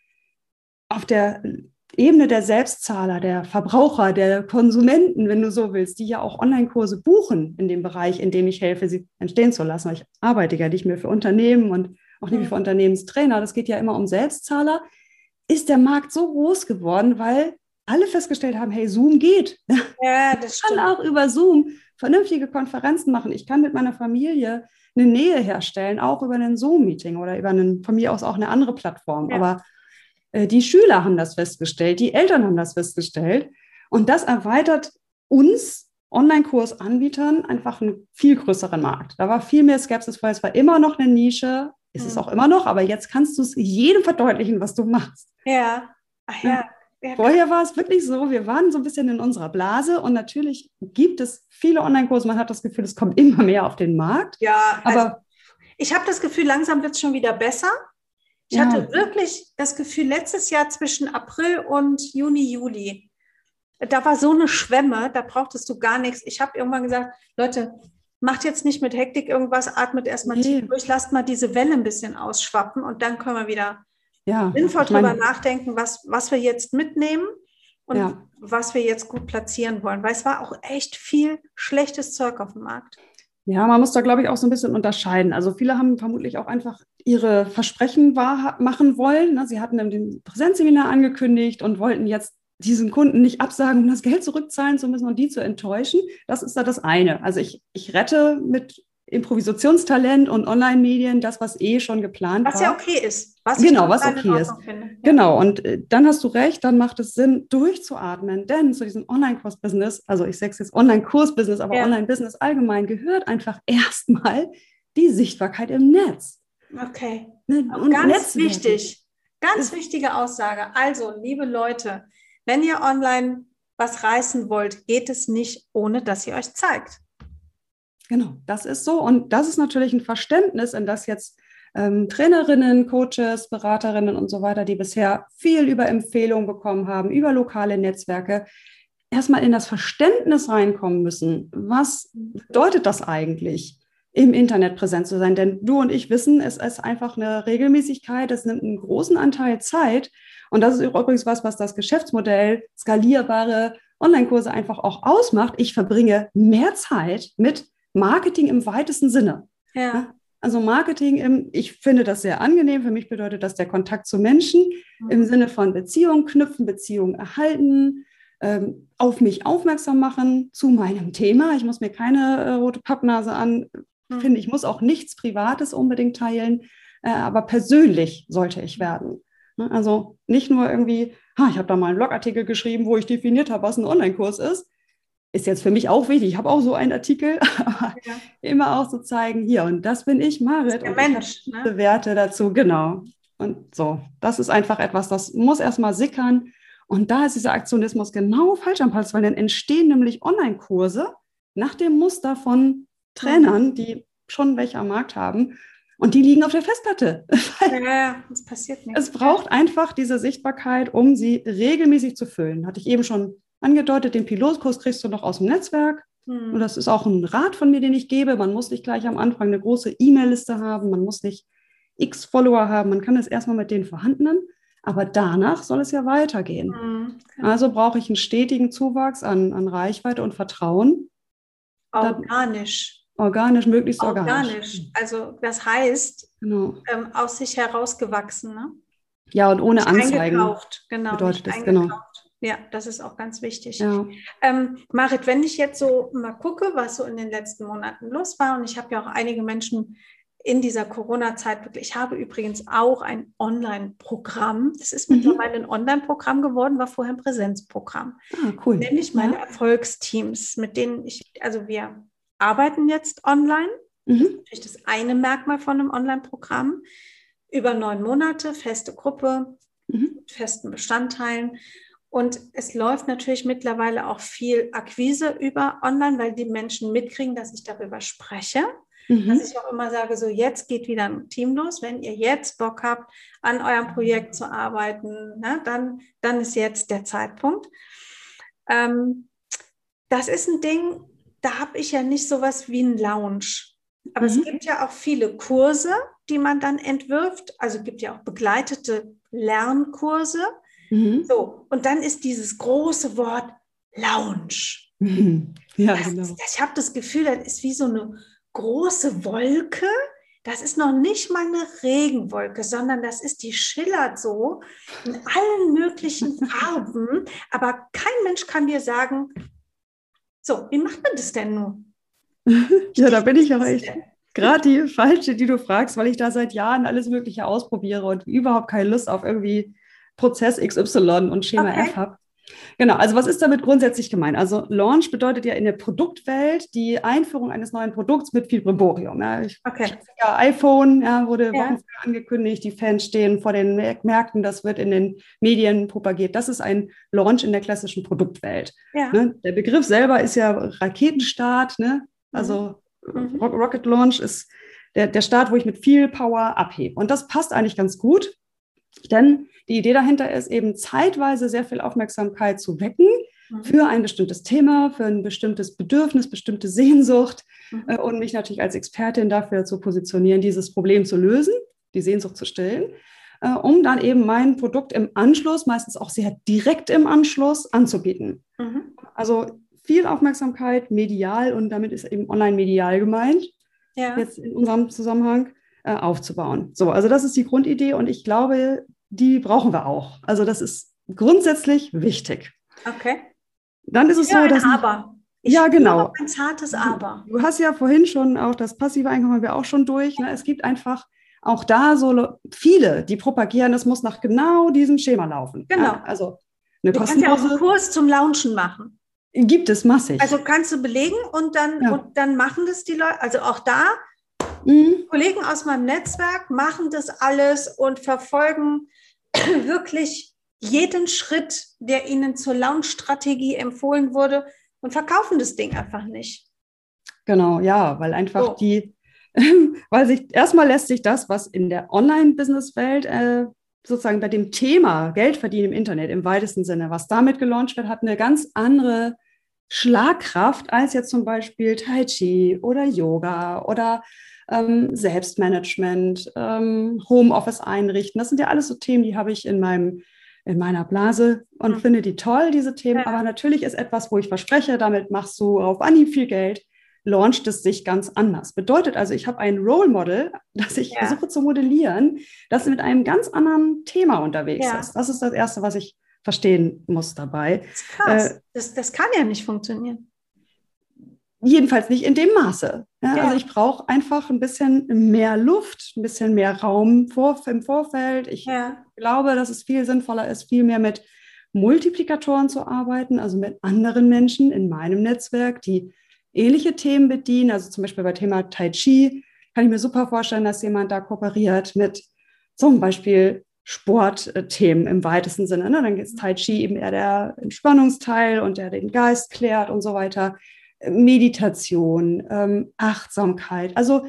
Speaker 2: auf der Ebene der Selbstzahler, der Verbraucher, der Konsumenten, wenn du so willst, die ja auch Online-Kurse buchen in dem Bereich, in dem ich helfe, sie entstehen zu lassen. Ich arbeite ja nicht mehr für Unternehmen und auch nicht mehr für Unternehmenstrainer. Das geht ja immer um Selbstzahler. Ist der Markt so groß geworden, weil alle festgestellt haben, hey, Zoom geht.
Speaker 1: Ja, das
Speaker 2: Ich kann
Speaker 1: stimmt.
Speaker 2: auch über Zoom vernünftige Konferenzen machen. Ich kann mit meiner Familie eine Nähe herstellen, auch über ein Zoom-Meeting oder über einen, von mir aus auch eine andere Plattform.
Speaker 1: Ja.
Speaker 2: Aber die Schüler haben das festgestellt, die Eltern haben das festgestellt und das erweitert uns Online-Kursanbietern einfach einen viel größeren Markt. Da war viel mehr Skepsis, weil es war immer noch eine Nische, ist
Speaker 1: Mhm.
Speaker 2: es auch immer noch, aber jetzt kannst du es jedem verdeutlichen, was du machst.
Speaker 1: Ja. Ach ja. Ja,
Speaker 2: vorher war es wirklich so, wir waren so ein bisschen in unserer Blase und natürlich gibt es viele Online-Kurse, man hat das Gefühl, es kommt immer mehr auf den Markt.
Speaker 1: Ja, also
Speaker 2: aber
Speaker 1: ich habe das Gefühl, langsam wird es schon wieder besser. Ich
Speaker 2: Ja.
Speaker 1: hatte wirklich das Gefühl, letztes Jahr zwischen April und Juni, Juli, da war so eine Schwemme, da brauchtest du gar nichts. Ich habe irgendwann gesagt, Leute, macht jetzt nicht mit Hektik irgendwas, atmet erstmal
Speaker 2: Nee.
Speaker 1: tief durch, lasst mal diese Welle ein bisschen ausschwappen und dann können wir wieder
Speaker 2: ja,
Speaker 1: sinnvoll
Speaker 2: ich meine,
Speaker 1: drüber nachdenken, was, was wir jetzt mitnehmen und
Speaker 2: Ja.
Speaker 1: was wir jetzt gut platzieren wollen. Weil es war auch echt viel schlechtes Zeug auf dem Markt.
Speaker 2: Ja, man muss da, glaube ich, auch so ein bisschen unterscheiden. Also viele haben vermutlich auch einfach ihre Versprechen wahr machen wollen. Ne? Sie hatten im Präsenzseminar angekündigt und wollten jetzt diesen Kunden nicht absagen, um das Geld zurückzahlen zu müssen und die zu enttäuschen. Das ist da das eine. Also ich, ich rette mit Improvisationstalent und Online-Medien das, was eh schon geplant
Speaker 1: Was
Speaker 2: war.
Speaker 1: ja okay ist. Was
Speaker 2: Genau,
Speaker 1: ich
Speaker 2: was
Speaker 1: total in
Speaker 2: okay ist.
Speaker 1: Ordnung finde. Ja.
Speaker 2: Genau, und äh, dann hast du recht, dann macht es Sinn, durchzuatmen, denn zu diesem Online-Kurs-Business, also ich sage es jetzt Online-Kurs-Business, aber
Speaker 1: Ja.
Speaker 2: Online-Business allgemein, gehört einfach erstmal die Sichtbarkeit im Netz.
Speaker 1: Okay.
Speaker 2: Ne?
Speaker 1: Auch
Speaker 2: Und
Speaker 1: ganz
Speaker 2: Netzwerken.
Speaker 1: wichtig, ganz
Speaker 2: Ist-
Speaker 1: wichtige Aussage. Also, liebe Leute, wenn ihr online was reißen wollt, geht es nicht, ohne dass ihr euch zeigt.
Speaker 2: Genau, das ist so. Und das ist natürlich ein Verständnis, in das jetzt ähm, Trainerinnen, Coaches, Beraterinnen und so weiter, die bisher viel über Empfehlungen bekommen haben, über lokale Netzwerke, erstmal in das Verständnis reinkommen müssen. Was bedeutet das eigentlich, im Internet präsent zu sein? Denn du und ich wissen, es ist einfach eine Regelmäßigkeit, es nimmt einen großen Anteil Zeit. Und das ist übrigens was, was das Geschäftsmodell skalierbare Online-Kurse einfach auch ausmacht. Ich verbringe mehr Zeit mit Marketing im weitesten Sinne.
Speaker 1: Ja.
Speaker 2: Also Marketing, im, ich finde das sehr angenehm. Für mich bedeutet das der Kontakt zu Menschen
Speaker 1: Mhm.
Speaker 2: im Sinne von Beziehungen knüpfen, Beziehungen erhalten, ähm, auf mich aufmerksam machen zu meinem Thema. Ich muss mir keine äh, rote Pappnase an,
Speaker 1: Mhm.
Speaker 2: finde ich, muss auch nichts Privates unbedingt teilen, äh, aber persönlich sollte ich werden. Ne? Also nicht nur irgendwie, ha, ich habe da mal einen Blogartikel geschrieben, wo ich definiert habe, was ein Online-Kurs ist. Ist jetzt für mich auch wichtig. Ich habe auch so einen Artikel, aber
Speaker 1: Ja.
Speaker 2: immer auch so zeigen, hier, und das bin ich, Marit.
Speaker 1: Der
Speaker 2: und ich
Speaker 1: Mensch,
Speaker 2: habe
Speaker 1: ne?
Speaker 2: diese Werte dazu, genau. Und so, das ist einfach etwas, das muss erstmal sickern. Und da ist dieser Aktionismus genau falsch am Platz, weil dann entstehen nämlich Online-Kurse nach dem Muster von Trainern, die schon welche am Markt haben. Und die liegen auf der Festplatte.
Speaker 1: Ja, es passiert nichts.
Speaker 2: Es braucht einfach diese Sichtbarkeit, um sie regelmäßig zu füllen. Hatte ich eben schon angedeutet, den Pilotkurs kriegst du noch aus dem Netzwerk. Hm. Und das ist auch ein Rat von mir, den ich gebe. Man muss nicht gleich am Anfang eine große E-Mail-Liste haben. Man muss nicht x Follower haben. Man kann es erstmal mit den vorhandenen. Aber danach soll es ja weitergehen. Hm. Genau. Also brauche ich einen stetigen Zuwachs an, an Reichweite und Vertrauen.
Speaker 1: Organisch.
Speaker 2: Organisch, möglichst organisch.
Speaker 1: Organisch. Also das heißt, genau. ähm, aus sich herausgewachsen. Ne?
Speaker 2: Ja, und ohne
Speaker 1: nicht
Speaker 2: Anzeigen.
Speaker 1: Eingekauft, genau.
Speaker 2: Bedeutet das, genau.
Speaker 1: Ja, das ist auch ganz wichtig.
Speaker 2: Ja.
Speaker 1: Ähm, Marit, wenn ich jetzt so mal gucke, was so in den letzten Monaten los war, und ich habe ja auch einige Menschen in dieser Corona-Zeit wirklich, ich habe übrigens auch ein Online-Programm, das ist mittlerweile mhm. ein Online-Programm geworden, war vorher ein Präsenzprogramm.
Speaker 2: Ah, cool.
Speaker 1: Nämlich meine ja. Erfolgsteams, mit denen ich, also wir arbeiten jetzt online. Mhm. Das ist natürlich das eine Merkmal von einem Online-Programm. Über neun Monate, feste Gruppe, mhm. mit festen Bestandteilen. Und es läuft natürlich mittlerweile auch viel Akquise über online, weil die Menschen mitkriegen, dass ich darüber spreche. Mhm. Dass ich auch immer sage, so jetzt geht wieder ein Team los. Wenn ihr jetzt Bock habt, an eurem Projekt zu arbeiten, ne, dann, dann ist jetzt der Zeitpunkt. Ähm, das ist ein Ding, da habe ich ja nicht sowas wie einen Lounge. Aber mhm. es gibt ja auch viele Kurse, die man dann entwirft. Also es gibt ja auch begleitete Lernkurse. Mhm. So, und dann ist dieses große Wort Lounge.
Speaker 2: Mhm. Ja,
Speaker 1: das,
Speaker 2: genau.
Speaker 1: das, ich habe das Gefühl, das ist wie so eine große Wolke. Das ist noch nicht mal eine Regenwolke, sondern das ist, die schillert so in allen möglichen Farben. Aber kein Mensch kann dir sagen, so, wie macht man das denn nun?
Speaker 2: Ja, da bin ich auch echt gerade die falsche, die du fragst, weil ich da seit Jahren alles Mögliche ausprobiere und überhaupt keine Lust auf irgendwie Prozess X Y und Schema okay. F habe. Genau, also was ist damit grundsätzlich gemeint? Also Launch bedeutet ja in der Produktwelt die Einführung eines neuen Produkts mit viel Brimborium. Ja, ich,
Speaker 1: okay.
Speaker 2: ja, iPhone ja, wurde ja. Wochen vorher angekündigt, die Fans stehen vor den Märkten, das wird in den Medien propagiert. Das ist ein Launch in der klassischen Produktwelt.
Speaker 1: Ja.
Speaker 2: Ne? Der Begriff selber ist ja Raketenstart, ne? Also mhm. Rocket Launch ist der, der Start, wo ich mit viel Power abhebe. Und das passt eigentlich ganz gut, denn die Idee dahinter ist eben zeitweise sehr viel Aufmerksamkeit zu wecken mhm. für ein bestimmtes Thema, für ein bestimmtes Bedürfnis, bestimmte Sehnsucht mhm. äh, und mich natürlich als Expertin dafür zu positionieren, dieses Problem zu lösen, die Sehnsucht zu stillen, äh, um dann eben mein Produkt im Anschluss, meistens auch sehr direkt im Anschluss, anzubieten. Mhm. Also viel Aufmerksamkeit, medial, und damit ist eben online-medial gemeint, ja. jetzt in unserem Zusammenhang, äh, aufzubauen. So, also das ist die Grundidee, und ich glaube, die brauchen wir auch. Also das ist grundsätzlich wichtig.
Speaker 1: Okay.
Speaker 2: Dann ist es ja, so, dass...
Speaker 1: Ein Aber. Ich
Speaker 2: ja, genau.
Speaker 1: Ein zartes Aber.
Speaker 2: Du, du hast ja vorhin schon auch das passive Einkommen, haben wir auch schon durch. Ne? Es gibt einfach auch da so viele, die propagieren, es muss nach genau diesem Schema laufen.
Speaker 1: Genau.
Speaker 2: Ja, also eine
Speaker 1: du kannst ja auch einen Kurs zum Launchen machen.
Speaker 2: Gibt es massig.
Speaker 1: Also kannst du belegen und dann, ja. und dann machen das die Leute. Also auch da, mhm. Kollegen aus meinem Netzwerk machen das alles und verfolgen wirklich jeden Schritt, der ihnen zur Launch-Strategie empfohlen wurde, und verkaufen das Ding einfach nicht.
Speaker 2: Genau, ja, weil einfach
Speaker 1: so.
Speaker 2: die, weil sich, erstmal lässt sich das, was in der Online-Business-Welt äh, sozusagen bei dem Thema Geld verdienen im Internet im weitesten Sinne, was damit gelauncht wird, hat eine ganz andere Schlagkraft als jetzt zum Beispiel Tai Chi oder Yoga oder ähm, Selbstmanagement, ähm, Homeoffice einrichten. Das sind ja alles so Themen, die habe ich in meinem in meiner Blase und mhm. finde die toll, diese Themen. Ja. Aber natürlich ist etwas, wo ich verspreche, damit machst du auf Anhieb viel Geld, launcht es sich ganz anders. Bedeutet also, ich habe ein Role Model, das ich ja. versuche zu modellieren, das mit einem ganz anderen Thema unterwegs ja. ist. Das ist das Erste, was ich verstehen muss dabei.
Speaker 1: Das ist krass. Äh, das, das kann ja nicht funktionieren.
Speaker 2: Jedenfalls nicht in dem Maße. Ja, ja. Also ich brauche einfach ein bisschen mehr Luft, ein bisschen mehr Raum vor, im Vorfeld. Ich ja. glaube, dass es viel sinnvoller ist, viel mehr mit Multiplikatoren zu arbeiten, also mit anderen Menschen in meinem Netzwerk, die ähnliche Themen bedienen. Also zum Beispiel bei Thema Tai Chi kann ich mir super vorstellen, dass jemand da kooperiert mit zum Beispiel Sportthemen im weitesten Sinne. Ne? Dann ist Tai Chi eben eher der Entspannungsteil und der den Geist klärt und so weiter. Meditation, ähm, Achtsamkeit. Also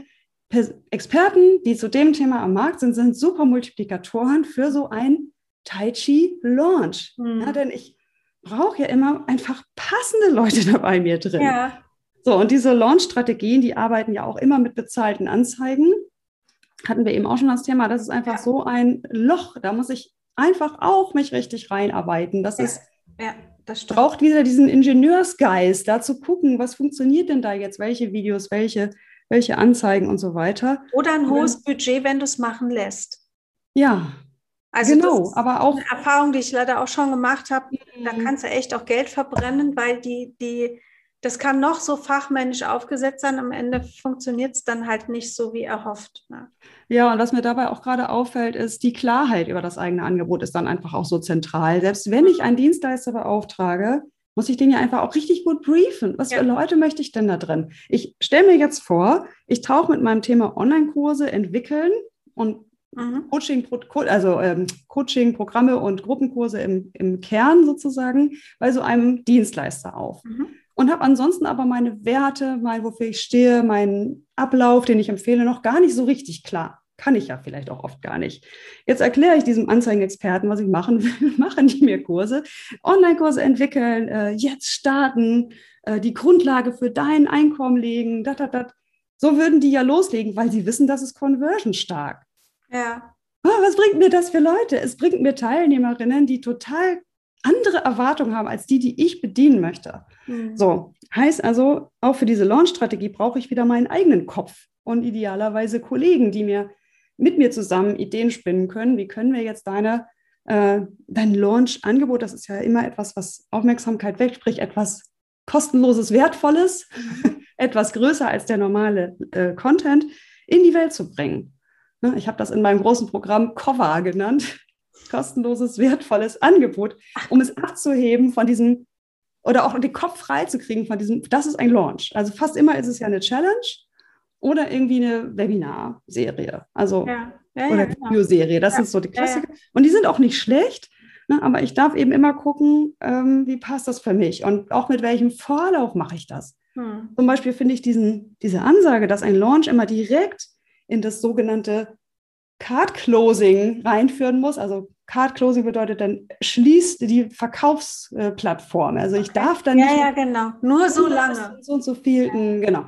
Speaker 2: Experten, die zu dem Thema am Markt sind, sind super Multiplikatoren für so ein Tai Chi Launch. Mhm. Ja, denn ich brauche ja immer einfach passende Leute dabei mir drin. Ja. So, und diese Launch-Strategien, die arbeiten ja auch immer mit bezahlten Anzeigen. Hatten wir eben auch schon das Thema, das ist einfach ja. so ein Loch. Da muss ich einfach auch mich richtig reinarbeiten. Das
Speaker 1: ja.
Speaker 2: ist,
Speaker 1: ja, das stimmt.
Speaker 2: Braucht wieder diesen Ingenieursgeist, da zu gucken, was funktioniert denn da jetzt, welche Videos, welche welche Anzeigen und so weiter.
Speaker 1: Oder ein hohes Budget, wenn du es machen lässt.
Speaker 2: Ja,
Speaker 1: also
Speaker 2: genau.
Speaker 1: Das ist
Speaker 2: aber auch
Speaker 1: eine Erfahrung, die ich leider auch schon gemacht habe. Mhm. Da kannst du echt auch Geld verbrennen, weil die, die, das kann noch so fachmännisch aufgesetzt sein. Am Ende funktioniert es dann halt nicht so, wie erhofft. Ne?
Speaker 2: Ja, und was mir dabei auch gerade auffällt, ist, die Klarheit über das eigene Angebot ist dann einfach auch so zentral. Selbst wenn ich einen Dienstleister beauftrage, muss ich den ja einfach auch richtig gut briefen. Was ja. für Leute möchte ich denn da drin? Ich stelle mir jetzt vor, ich tauche mit meinem Thema Online-Kurse entwickeln und mhm. Coaching, also ähm, Coaching-Programme und Gruppenkurse im, im Kern sozusagen bei so einem Dienstleister auf. Mhm. Und habe ansonsten aber meine Werte, mein, wofür ich stehe, meinen Ablauf, den ich empfehle, noch gar nicht so richtig klar. Kann ich ja vielleicht auch oft gar nicht. Jetzt erkläre ich diesem Anzeigenexperten, was ich machen will. Machen die mir Kurse, Online-Kurse entwickeln, äh, jetzt starten, äh, die Grundlage für dein Einkommen legen. Dat, dat, dat. So würden die ja loslegen, weil sie wissen, das ist conversion stark.
Speaker 1: Ja.
Speaker 2: Oh, was bringt mir das für Leute? Es bringt mir Teilnehmerinnen, die total andere Erwartungen haben als die, die ich bedienen möchte. Mhm. So, heißt also, auch für diese Launch-Strategie brauche ich wieder meinen eigenen Kopf und idealerweise Kollegen, die mir mit mir zusammen Ideen spinnen können. Wie können wir jetzt deine, äh, dein Launch-Angebot, das ist ja immer etwas, was Aufmerksamkeit weckt, sprich etwas kostenloses, wertvolles, mhm. etwas größer als der normale äh, Content, in die Welt zu bringen. Ne, ich habe das in meinem großen Programm C O V A genannt, kostenloses, wertvolles Angebot, um es abzuheben von diesem, oder auch den Kopf frei zu kriegen von diesem, das ist ein Launch. Also fast immer ist es ja eine Challenge oder irgendwie eine Webinar-Serie, also
Speaker 1: ja. Ja,
Speaker 2: oder
Speaker 1: ja, genau.
Speaker 2: Videoserie, das
Speaker 1: ja.
Speaker 2: ist so die Klassiker.
Speaker 1: Ja, ja.
Speaker 2: Und die sind auch nicht schlecht, ne, aber ich darf eben immer gucken, ähm, wie passt das für mich und auch mit welchem Vorlauf mache ich das. Hm. Zum Beispiel finde ich diesen, diese Ansage, dass ein Launch immer direkt in das sogenannte Card Closing reinführen muss. Also Card Closing bedeutet dann, schließt die Verkaufsplattform. Also ich okay. darf dann
Speaker 1: ja,
Speaker 2: nicht...
Speaker 1: Ja, genau. Nur so lange.
Speaker 2: So und so viel, genau.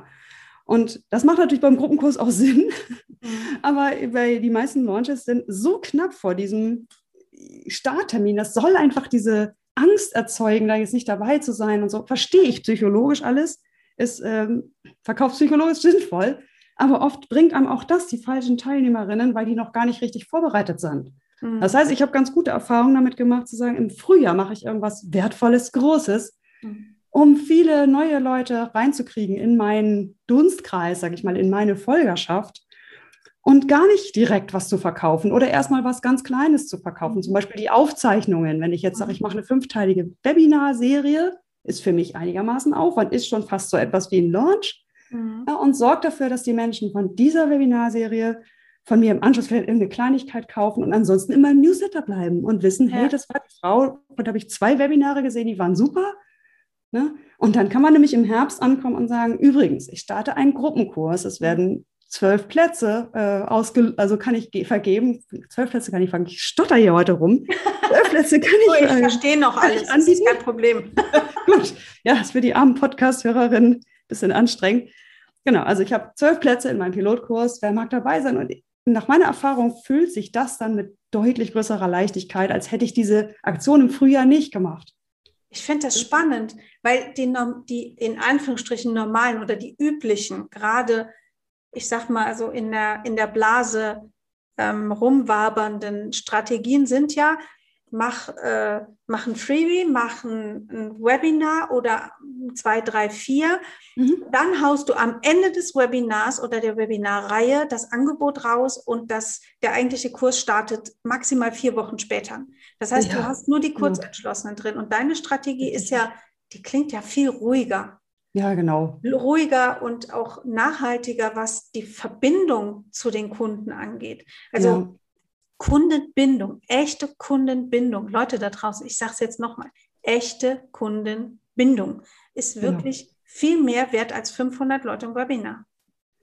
Speaker 2: Und das macht natürlich beim Gruppenkurs auch Sinn. Mhm. Aber weil die meisten Launches sind so knapp vor diesem Starttermin, das soll einfach diese Angst erzeugen, da jetzt nicht dabei zu sein und so. Verstehe ich psychologisch alles, ist ähm, verkaufspsychologisch sinnvoll. Aber oft bringt einem auch das die falschen Teilnehmerinnen, weil die noch gar nicht richtig vorbereitet sind. Mhm. Das heißt, ich habe ganz gute Erfahrungen damit gemacht, zu sagen, im Frühjahr mache ich irgendwas Wertvolles, Großes, mhm. um viele neue Leute reinzukriegen in meinen Dunstkreis, sage ich mal, in meine Folgerschaft und gar nicht direkt was zu verkaufen oder erstmal was ganz Kleines zu verkaufen. Mhm. Zum Beispiel die Aufzeichnungen. Wenn ich jetzt sage, ich mache eine fünfteilige Webinar-Serie, ist für mich einigermaßen Aufwand, ist schon fast so etwas wie ein Launch. Mhm. Ja, und sorgt dafür, dass die Menschen von dieser Webinarserie von mir im Anschluss vielleicht irgendeine Kleinigkeit kaufen und ansonsten immer im Newsletter bleiben und wissen, ja. hey, das war die Frau, und da habe ich zwei Webinare gesehen, die waren super. Ne? Und dann kann man nämlich im Herbst ankommen und sagen, übrigens, ich starte einen Gruppenkurs, es werden zwölf Plätze äh, ausge also kann ich vergeben, zwölf Plätze kann ich fangen, ich stotter hier heute rum, zwölf Plätze kann ich
Speaker 1: oh, ich äh, verstehe noch alles, das ist kein Problem.
Speaker 2: Gut, ja, ist für die armen Podcast-Hörerinnen ein bisschen anstrengend. Genau, also ich habe zwölf Plätze in meinem Pilotkurs, wer mag dabei sein? Und nach meiner Erfahrung fühlt sich das dann mit deutlich größerer Leichtigkeit, als hätte ich diese Aktion im Frühjahr nicht gemacht.
Speaker 1: Ich finde das spannend, weil die, die in Anführungsstrichen normalen oder die üblichen, gerade, ich sag mal, also in der, in der Blase ähm, rumwabernden Strategien sind ja, mach, äh, mach ein Freebie, mach ein, ein Webinar oder zwei, drei, vier. Mhm. Dann haust du am Ende des Webinars oder der Webinarreihe das Angebot raus und das, der eigentliche Kurs startet maximal vier Wochen später. Das heißt, ja. du hast nur die Kurzentschlossenen drin und deine Strategie ist ja, die klingt ja viel ruhiger.
Speaker 2: Ja, genau.
Speaker 1: Ruhiger und auch nachhaltiger, was die Verbindung zu den Kunden angeht. Also ja. Kundenbindung, echte Kundenbindung. Leute da draußen, ich sage es jetzt nochmal, echte Kundenbindung ist wirklich ja. viel mehr wert als fünfhundert Leute im Webinar.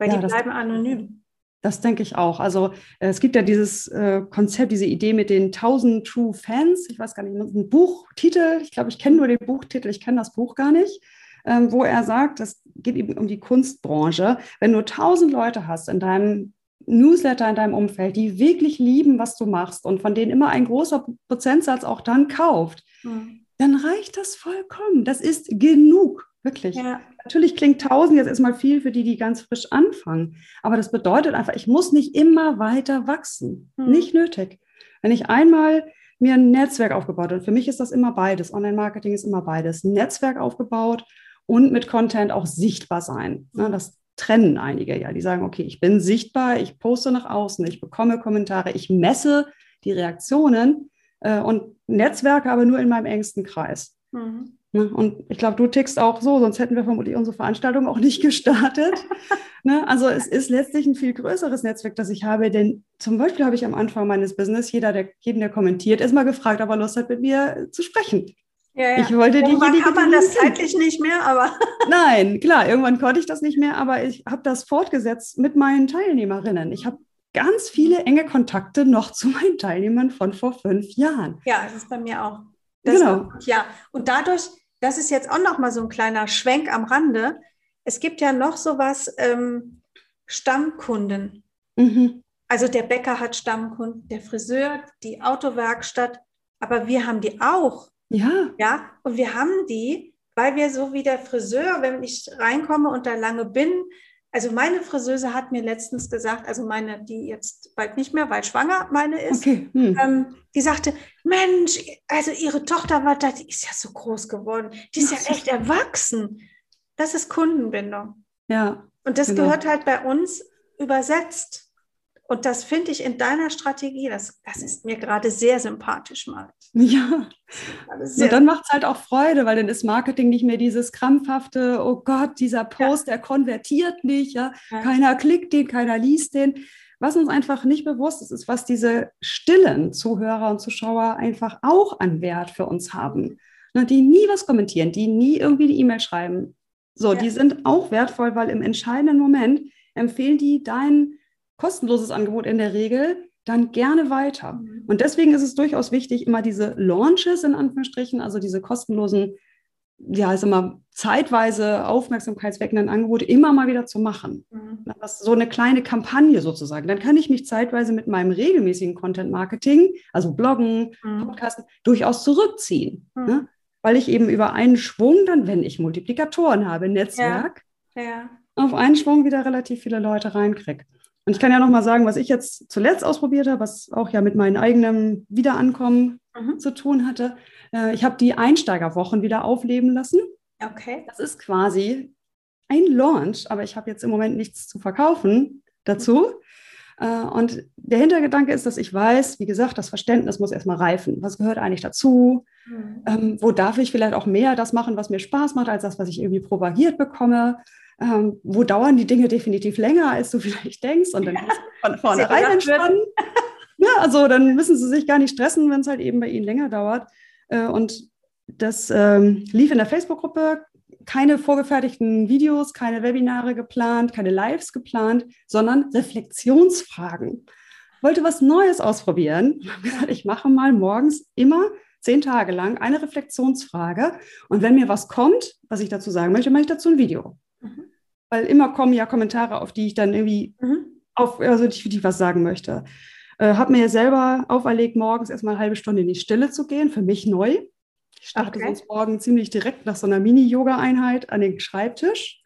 Speaker 1: weil
Speaker 2: Ja,
Speaker 1: die
Speaker 2: das,
Speaker 1: bleiben anonym.
Speaker 2: das denke ich auch. Also äh, es gibt ja dieses äh, Konzept, diese Idee mit den tausend True Fans. Ich weiß gar nicht, ein Buchtitel. Ich glaube, ich kenne nur den Buchtitel. Ich kenne das Buch gar nicht. Ähm, wo er sagt, das geht eben um die Kunstbranche. Wenn du tausend Leute hast in deinem Newsletter, in deinem Umfeld, die wirklich lieben, was du machst und von denen immer ein großer Prozentsatz auch dann kauft,
Speaker 1: Mhm.
Speaker 2: dann reicht das vollkommen. Das ist genug, wirklich.
Speaker 1: Ja.
Speaker 2: Natürlich klingt tausend jetzt erstmal viel für die, die ganz frisch anfangen. Aber das bedeutet einfach, ich muss nicht immer weiter wachsen.
Speaker 1: Mhm.
Speaker 2: Nicht nötig. Wenn ich einmal mir ein Netzwerk aufgebaut habe, und für mich ist das immer beides. Online-Marketing ist immer beides. Ein Netzwerk aufgebaut und mit Content auch sichtbar sein. Mhm. Das trennen einige ja. Die sagen, okay, ich bin sichtbar, ich poste nach außen, ich bekomme Kommentare, ich messe die Reaktionen äh, und Netzwerke aber nur in meinem engsten Kreis. Mhm. Ne? Und ich glaube, du tickst auch so, sonst hätten wir vermutlich unsere Veranstaltung auch nicht gestartet. Ne? Also es ist letztlich ein viel größeres Netzwerk, das ich habe, denn zum Beispiel habe ich am Anfang meines Business, jeder, der, jeden, der kommentiert, erstmal gefragt, ob er Lust hat, mit mir zu sprechen.
Speaker 1: Ja, ja.
Speaker 2: Ich wollte
Speaker 1: irgendwann
Speaker 2: diejenige,
Speaker 1: kann man
Speaker 2: die
Speaker 1: das zeitlich nicht mehr, aber...
Speaker 2: Nein, klar, irgendwann konnte ich das nicht mehr, aber ich habe das fortgesetzt mit meinen Teilnehmerinnen. Ich habe ganz viele enge Kontakte noch zu meinen Teilnehmern von vor fünf Jahren.
Speaker 1: Ja, das ist bei mir auch. Das
Speaker 2: genau.
Speaker 1: Ist, ja, und dadurch, das ist jetzt auch noch mal so ein kleiner Schwenk am Rande, es gibt ja noch sowas, ähm, Stammkunden. Mhm. Also der Bäcker hat Stammkunden, der Friseur, die Autowerkstatt, aber wir haben die auch.
Speaker 2: Ja.
Speaker 1: Ja, und wir haben die, weil wir so wie der Friseur, wenn ich reinkomme und da lange bin, also meine Friseuse hat mir letztens gesagt, also meine, die jetzt bald nicht mehr, weil schwanger meine ist,
Speaker 2: okay. hm.
Speaker 1: ähm, die sagte, Mensch, also ihre Tochter war da, die ist ja so groß geworden, die ist ja echt erwachsen. Das ist Kundenbindung.
Speaker 2: Ja.
Speaker 1: Und das
Speaker 2: genau.
Speaker 1: gehört halt bei uns übersetzt. Und das finde ich in deiner Strategie, das, das ist mir gerade sehr sympathisch, Marit.
Speaker 2: Ja, so, dann macht es halt auch Freude, weil dann ist Marketing nicht mehr dieses krampfhafte, oh Gott, dieser Post, ja. der konvertiert nicht, ja? ja, keiner klickt den, keiner liest den. Was uns einfach nicht bewusst ist, ist, was diese stillen Zuhörer und Zuschauer einfach auch an Wert für uns haben. Ne, die nie was kommentieren, die nie irgendwie die E-Mail schreiben. So, ja. die sind auch wertvoll, weil im entscheidenden Moment empfehlen die dein kostenloses Angebot in der Regel dann gerne weiter. Mhm. Und deswegen ist es durchaus wichtig, immer diese Launches in Anführungsstrichen, also diese kostenlosen, ja, ich sag mal, zeitweise aufmerksamkeitsweckenden Angebote immer mal wieder zu machen. Mhm. Das ist so eine kleine Kampagne sozusagen. Dann kann ich mich zeitweise mit meinem regelmäßigen Content-Marketing, also Bloggen, mhm. Podcasten, durchaus zurückziehen. Mhm. Ne? Weil ich eben über einen Schwung dann, wenn ich Multiplikatoren habe, Netzwerk, ja. Ja. auf einen Schwung wieder relativ viele Leute reinkriege. Und ich kann ja noch mal sagen, was ich jetzt zuletzt ausprobiert habe, was auch ja mit meinem eigenen Wiederankommen mhm. zu tun hatte. Ich habe die Einsteigerwochen wieder aufleben lassen.
Speaker 1: Okay.
Speaker 2: Das ist quasi ein Launch, aber ich habe jetzt im Moment nichts zu verkaufen dazu. Mhm. Und der Hintergedanke ist, dass ich weiß, wie gesagt, das Verständnis muss erstmal reifen. Was gehört eigentlich dazu? Mhm. Ähm, wo darf ich vielleicht auch mehr das machen, was mir Spaß macht, als das, was ich irgendwie propagiert bekomme? Ähm, wo dauern die Dinge definitiv länger, als du vielleicht denkst und dann ja. von vornherein entspannen. Ja, also dann müssen sie sich gar nicht stressen, wenn es halt eben bei ihnen länger dauert. Äh, und das ähm, lief in der Facebook-Gruppe, keine vorgefertigten Videos, keine Webinare geplant, keine Lives geplant, sondern Reflexionsfragen. Wollte was Neues ausprobieren. Ich habe gesagt, ich mache mal morgens immer zehn Tage lang eine Reflexionsfrage und wenn mir was kommt, was ich dazu sagen möchte, mache ich dazu ein Video. Mhm. Weil immer kommen ja Kommentare, auf die ich dann irgendwie, mhm. auf, also die, die ich was sagen möchte. Äh, habe mir selber auferlegt, morgens erstmal eine halbe Stunde in die Stille zu gehen, für mich neu. Ich starte okay. sonst morgen ziemlich direkt nach so einer Mini-Yoga-Einheit an den Schreibtisch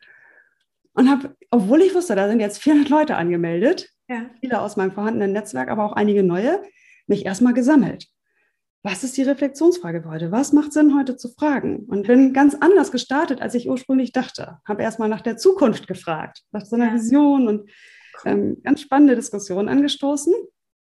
Speaker 2: und habe, obwohl ich wusste, da sind jetzt vierhundert Leute angemeldet, ja. viele aus meinem vorhandenen Netzwerk, aber auch einige neue, mich erstmal gesammelt. Was ist die Reflexionsfrage für heute? Was macht Sinn, heute zu fragen? Und bin ganz anders gestartet, als ich ursprünglich dachte. Habe erstmal nach der Zukunft gefragt, nach so einer ja. Vision und cool. ähm, ganz spannende Diskussionen angestoßen.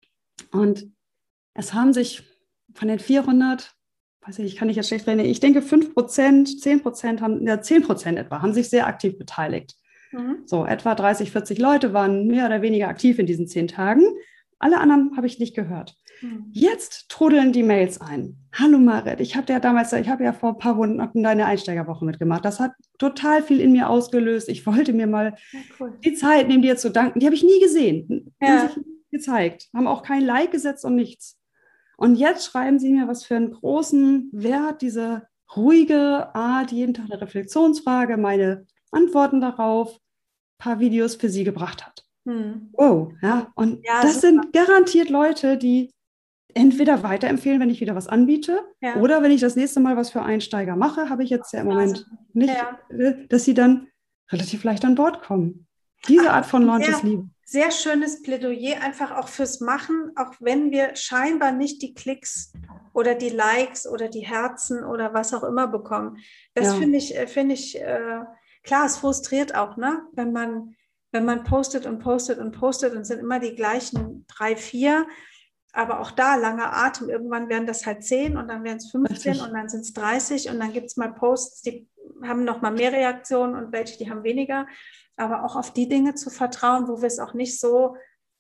Speaker 2: Und es haben sich von den vierhundert, weiß ich, kann ich jetzt schlecht rechnen, ich denke fünf Prozent, zehn Prozent haben, ja zehn Prozent etwa, haben sich sehr aktiv beteiligt. Mhm. So etwa dreißig, vierzig Leute waren mehr oder weniger aktiv in diesen zehn Tagen. Alle anderen habe ich nicht gehört. Mhm. Jetzt trudeln die Mails ein. Hallo Marit, ich habe ja damals, ich habe ja vor ein paar Wochen deine Einsteigerwoche mitgemacht. Das hat total viel in mir ausgelöst. Ich wollte mir mal ja, cool. die Zeit nehmen, dir zu danken. Die habe ich nie gesehen. Ja. Haben sich nie gezeigt. Haben auch kein Like gesetzt und nichts. Und jetzt schreiben sie mir, was für einen großen Wert diese ruhige Art, jeden Tag eine Reflexionsfrage, meine Antworten darauf, ein paar Videos für sie gebracht hat. Hm. Wow, ja. Und ja, das super. Sind garantiert Leute, die entweder weiterempfehlen, wenn ich wieder was anbiete, ja. oder wenn ich das nächste Mal was für Einsteiger mache, habe ich jetzt ja im Moment nicht, ja. dass sie dann relativ leicht an Bord kommen. Diese Ach, Art von Launch ist Liebe.
Speaker 1: Sehr schönes Plädoyer, einfach auch fürs Machen, auch wenn wir scheinbar nicht die Klicks oder die Likes oder die Herzen oder was auch immer bekommen. Das ja. finde ich, finde ich äh, klar, es frustriert auch, ne? Wenn man, wenn man postet und postet und postet und sind immer die gleichen drei, vier, aber auch da langer Atem. Irgendwann werden das halt zehn und dann werden es fünfzehn Richtig. Und dann sind es dreißig und dann gibt es mal Posts, die haben noch mal mehr Reaktionen und welche, die haben weniger. Aber auch auf die Dinge zu vertrauen, wo wir es auch nicht so,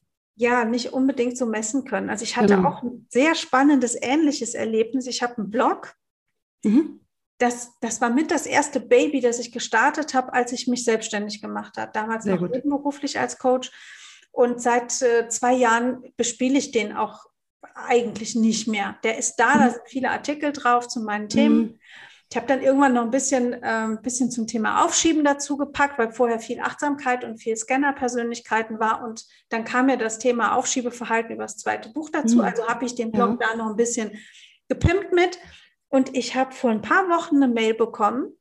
Speaker 1: ja, nicht unbedingt so messen können. Also ich hatte genau. auch ein sehr spannendes, ähnliches Erlebnis. Ich habe einen Blog. Mhm. Das, das war mit das erste Baby, das ich gestartet habe, als ich mich selbstständig gemacht habe. Damals sehr noch nebenberuflich als Coach. Und seit äh, zwei Jahren bespiele ich den auch eigentlich nicht mehr. Der ist da, mhm. da sind viele Artikel drauf zu meinen Themen. Mhm. Ich habe dann irgendwann noch ein bisschen, äh, bisschen zum Thema Aufschieben dazu gepackt, weil vorher viel Achtsamkeit und viel Scanner-Persönlichkeiten war. Und dann kam ja das Thema Aufschiebeverhalten über das zweite Buch dazu. Mhm. Also habe ich den Blog ja. da noch ein bisschen gepimpt mit. Und ich habe vor ein paar Wochen eine Mail bekommen.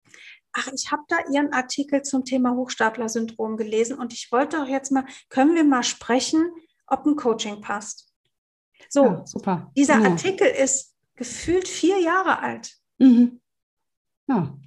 Speaker 1: Ach, ich habe da Ihren Artikel zum Thema Hochstapler-Syndrom gelesen und ich wollte doch jetzt mal, können wir mal sprechen, ob ein Coaching passt. So, ja, super. Dieser genau. Artikel ist gefühlt vier Jahre alt. Mhm. Ja.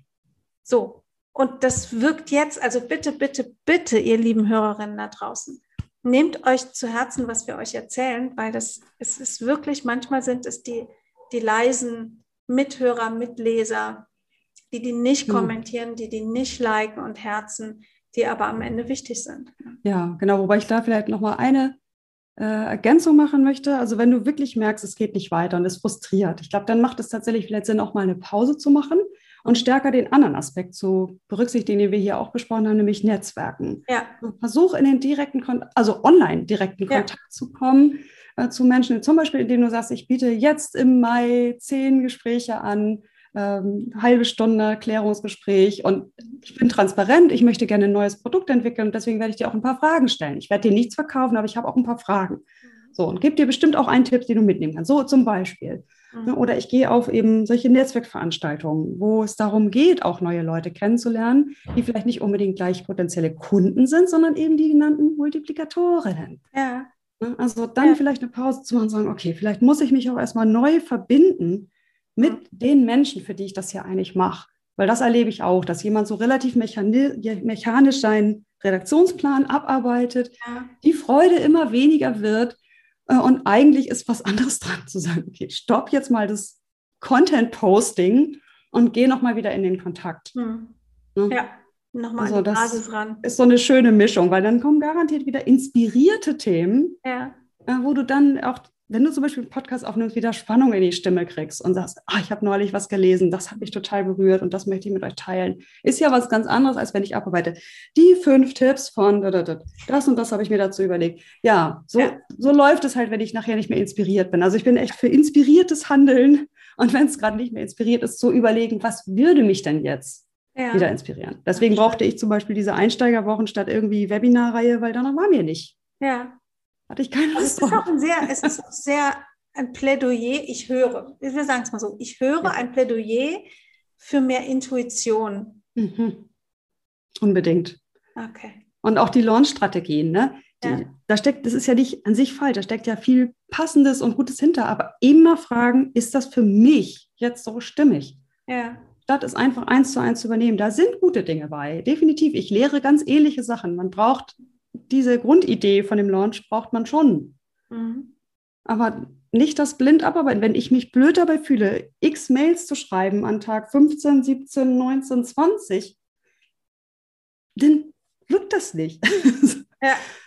Speaker 1: So, und das wirkt jetzt, also bitte, bitte, bitte, ihr lieben Hörerinnen da draußen, nehmt euch zu Herzen, was wir euch erzählen, weil das, es ist wirklich, manchmal sind es die, die leisen Mithörer, Mitleser, die die nicht mhm. kommentieren, die die nicht liken und herzen, die aber am Ende wichtig sind.
Speaker 2: Ja, genau, wobei ich da vielleicht nochmal eine äh, Ergänzung machen möchte. Also wenn du wirklich merkst, es geht nicht weiter und es frustriert, ich glaube, dann macht es tatsächlich vielleicht Sinn, auch mal eine Pause zu machen und stärker den anderen Aspekt zu berücksichtigen, den wir hier auch besprochen haben, nämlich Netzwerken. Ja. Versuch in den direkten, Kon- also online direkten ja. Kontakt zu kommen äh, zu Menschen, zum Beispiel indem du sagst, ich biete jetzt im Mai zehn Gespräche an, Ähm, halbe Stunde Klärungsgespräch und ich bin transparent, ich möchte gerne ein neues Produkt entwickeln und deswegen werde ich dir auch ein paar Fragen stellen. Ich werde dir nichts verkaufen, aber ich habe auch ein paar Fragen. So, und gebe dir bestimmt auch einen Tipp, den du mitnehmen kannst. So zum Beispiel. Mhm. Oder ich gehe auf eben solche Netzwerkveranstaltungen, wo es darum geht, auch neue Leute kennenzulernen, die vielleicht nicht unbedingt gleich potenzielle Kunden sind, sondern eben die genannten Multiplikatorinnen. Ja. Also dann ja. vielleicht eine Pause zu machen und sagen, okay, vielleicht muss ich mich auch erstmal neu verbinden mit mhm. den Menschen, für die ich das hier eigentlich mache. Weil das erlebe ich auch, dass jemand so relativ mechani- mechanisch seinen Redaktionsplan abarbeitet, ja. die Freude immer weniger wird äh, und eigentlich ist was anderes dran zu sagen, okay, stopp jetzt mal das Content-Posting und geh nochmal wieder in den Kontakt. Mhm. Ja, ja. nochmal also an die Basis ran. Ist so eine schöne Mischung, weil dann kommen garantiert wieder inspirierte Themen, ja. äh, wo du dann auch, wenn du zum Beispiel einen Podcast aufnimmst, wieder Spannung in die Stimme kriegst und sagst, ah, ich habe neulich was gelesen, das hat mich total berührt und das möchte ich mit euch teilen. Ist ja was ganz anderes, als wenn ich abarbeite. Die fünf Tipps von das und das habe ich mir dazu überlegt. Ja, so, ja. so läuft es halt, wenn ich nachher nicht mehr inspiriert bin. Also ich bin echt für inspiriertes Handeln und wenn es gerade nicht mehr inspiriert ist, zu überlegen, was würde mich denn jetzt ja. wieder inspirieren. Deswegen brauchte ich zum Beispiel diese Einsteigerwochen statt irgendwie Webinarreihe, weil danach war mir nicht.
Speaker 1: Ja.
Speaker 2: Hatte ich keine Lust
Speaker 1: drauf. Es ist auch ein sehr, es ist auch sehr ein Plädoyer, ich höre, wir sagen es mal so, ich höre ja. ein Plädoyer für mehr Intuition.
Speaker 2: Mhm. Unbedingt.
Speaker 1: Okay.
Speaker 2: Und auch die Launch-Strategien, ne? Die, ja. Da steckt, das ist ja nicht an sich falsch, da steckt ja viel Passendes und Gutes hinter, aber immer fragen, ist das für mich jetzt so stimmig? Ja. Statt es einfach eins zu eins zu übernehmen. Da sind gute Dinge bei, definitiv. Ich lehre ganz ähnliche Sachen. Man braucht diese Grundidee von dem Launch braucht man schon. Mhm. Aber nicht das blind abarbeiten. Wenn ich mich blöd dabei fühle, x Mails zu schreiben an Tag fünfzehn, siebzehn, neunzehn, zwanzig, dann wirkt das nicht.
Speaker 1: Ja.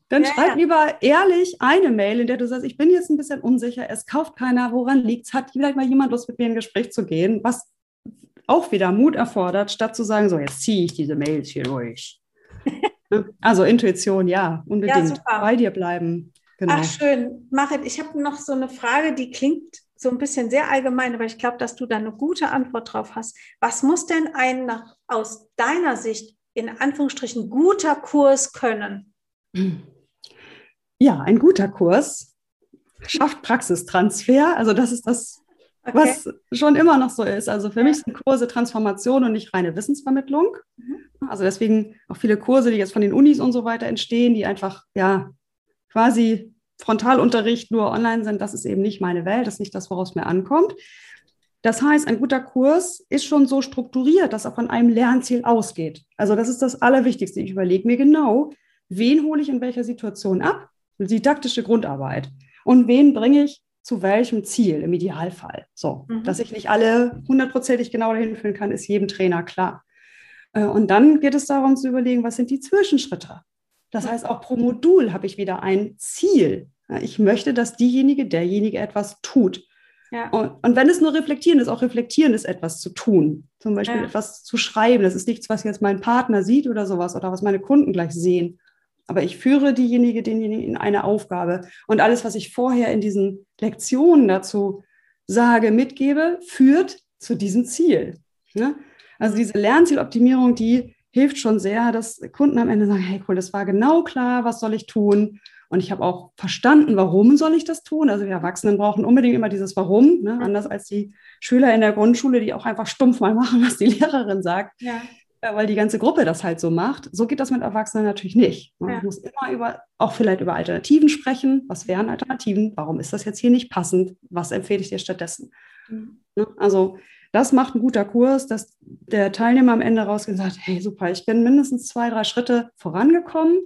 Speaker 2: Dann
Speaker 1: Ja,
Speaker 2: schreib
Speaker 1: ja.
Speaker 2: lieber ehrlich eine Mail, in der du sagst, ich bin jetzt ein bisschen unsicher, es kauft keiner, woran liegt es? Hat vielleicht mal jemand Lust, mit mir in ein Gespräch zu gehen, was auch wieder Mut erfordert, statt zu sagen, so, jetzt ziehe ich diese Mails hier durch. Also Intuition, ja,
Speaker 1: Ja,
Speaker 2: unbedingt.
Speaker 1: super.
Speaker 2: Bei dir bleiben,
Speaker 1: Ach,
Speaker 2: genau.
Speaker 1: schön. Marit, ich habe noch so eine Frage, die klingt so ein bisschen sehr allgemein, aber ich glaube, dass du da eine gute Antwort drauf hast. Was muss denn ein nach, aus deiner Sicht in Anführungsstrichen guter Kurs können?
Speaker 2: Ja, ein guter Kurs schafft Praxistransfer. Also das ist das,
Speaker 1: Okay.
Speaker 2: was schon immer noch so ist. Also für
Speaker 1: Ja.
Speaker 2: mich sind Kurse Transformation und nicht reine Wissensvermittlung.
Speaker 1: Mhm.
Speaker 2: Also deswegen auch viele Kurse, die jetzt von den Unis und so weiter entstehen, die einfach ja quasi Frontalunterricht nur online sind. Das ist eben nicht meine Welt. Das ist nicht das, woraus es mir ankommt. Das heißt, ein guter Kurs ist schon so strukturiert, dass er von einem Lernziel ausgeht. Also das ist das Allerwichtigste. Ich überlege mir genau, wen hole ich in welcher Situation ab? Didaktische Grundarbeit. Und wen bringe ich zu welchem Ziel im Idealfall? So,
Speaker 1: Mhm.
Speaker 2: dass ich nicht alle hundertprozentig genau dahin führen kann, ist jedem Trainer klar. Und dann geht es darum zu überlegen, was sind die Zwischenschritte? Das heißt, auch pro Modul habe ich wieder ein Ziel. Ich möchte, dass diejenige, derjenige etwas tut.
Speaker 1: Ja.
Speaker 2: Und, und wenn es nur reflektieren ist, auch reflektieren ist etwas zu tun. Zum Beispiel
Speaker 1: Ja.
Speaker 2: etwas zu schreiben. Das ist nichts, was jetzt mein Partner sieht oder sowas oder was meine Kunden gleich sehen. Aber ich führe diejenige, denjenigen in eine Aufgabe. Und alles, was ich vorher in diesen Lektionen dazu sage, mitgebe, führt zu diesem Ziel. Ja? Also diese Lernzieloptimierung, die hilft schon sehr, dass Kunden am Ende sagen, hey cool, das war genau klar, was soll ich tun? Und ich habe auch verstanden, warum soll ich das tun? Also wir Erwachsenen brauchen unbedingt immer dieses Warum, ne? Anders als die Schüler in der Grundschule, die auch einfach stumpf mal machen, was die Lehrerin sagt,
Speaker 1: Ja.
Speaker 2: weil die ganze Gruppe das halt so macht. So geht das mit Erwachsenen natürlich nicht. Man
Speaker 1: Ja.
Speaker 2: muss immer über, auch vielleicht über Alternativen sprechen. Was wären Alternativen? Warum ist das jetzt hier nicht passend? Was empfehle ich dir stattdessen?
Speaker 1: Mhm.
Speaker 2: Also das macht ein guter Kurs, dass der Teilnehmer am Ende rausgeht und sagt, hey super, ich bin mindestens zwei, drei Schritte vorangekommen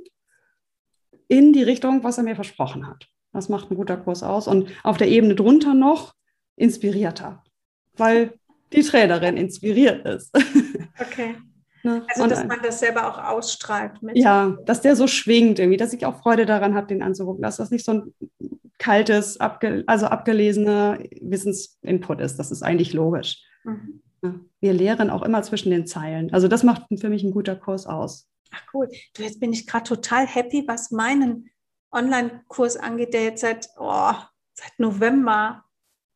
Speaker 2: in die Richtung, was er mir versprochen hat. Das macht ein guter Kurs aus. Und auf der Ebene drunter noch inspirierter, weil die Trainerin inspiriert ist.
Speaker 1: Okay.
Speaker 2: Ne?
Speaker 1: Also,
Speaker 2: Und,
Speaker 1: dass man das selber auch ausstrahlt mit.
Speaker 2: ja, dass der so schwingt irgendwie, dass ich auch Freude daran habe, den anzugucken, dass das nicht so ein kaltes, abge also abgelesener Wissensinput ist. Das ist eigentlich logisch.
Speaker 1: Mhm.
Speaker 2: Ja. Wir lehren auch immer zwischen den Zeilen. Also das macht für mich ein guter Kurs aus.
Speaker 1: Ach cool. Du, jetzt bin ich gerade total happy, was meinen Online-Kurs angeht, der jetzt seit, oh, seit November,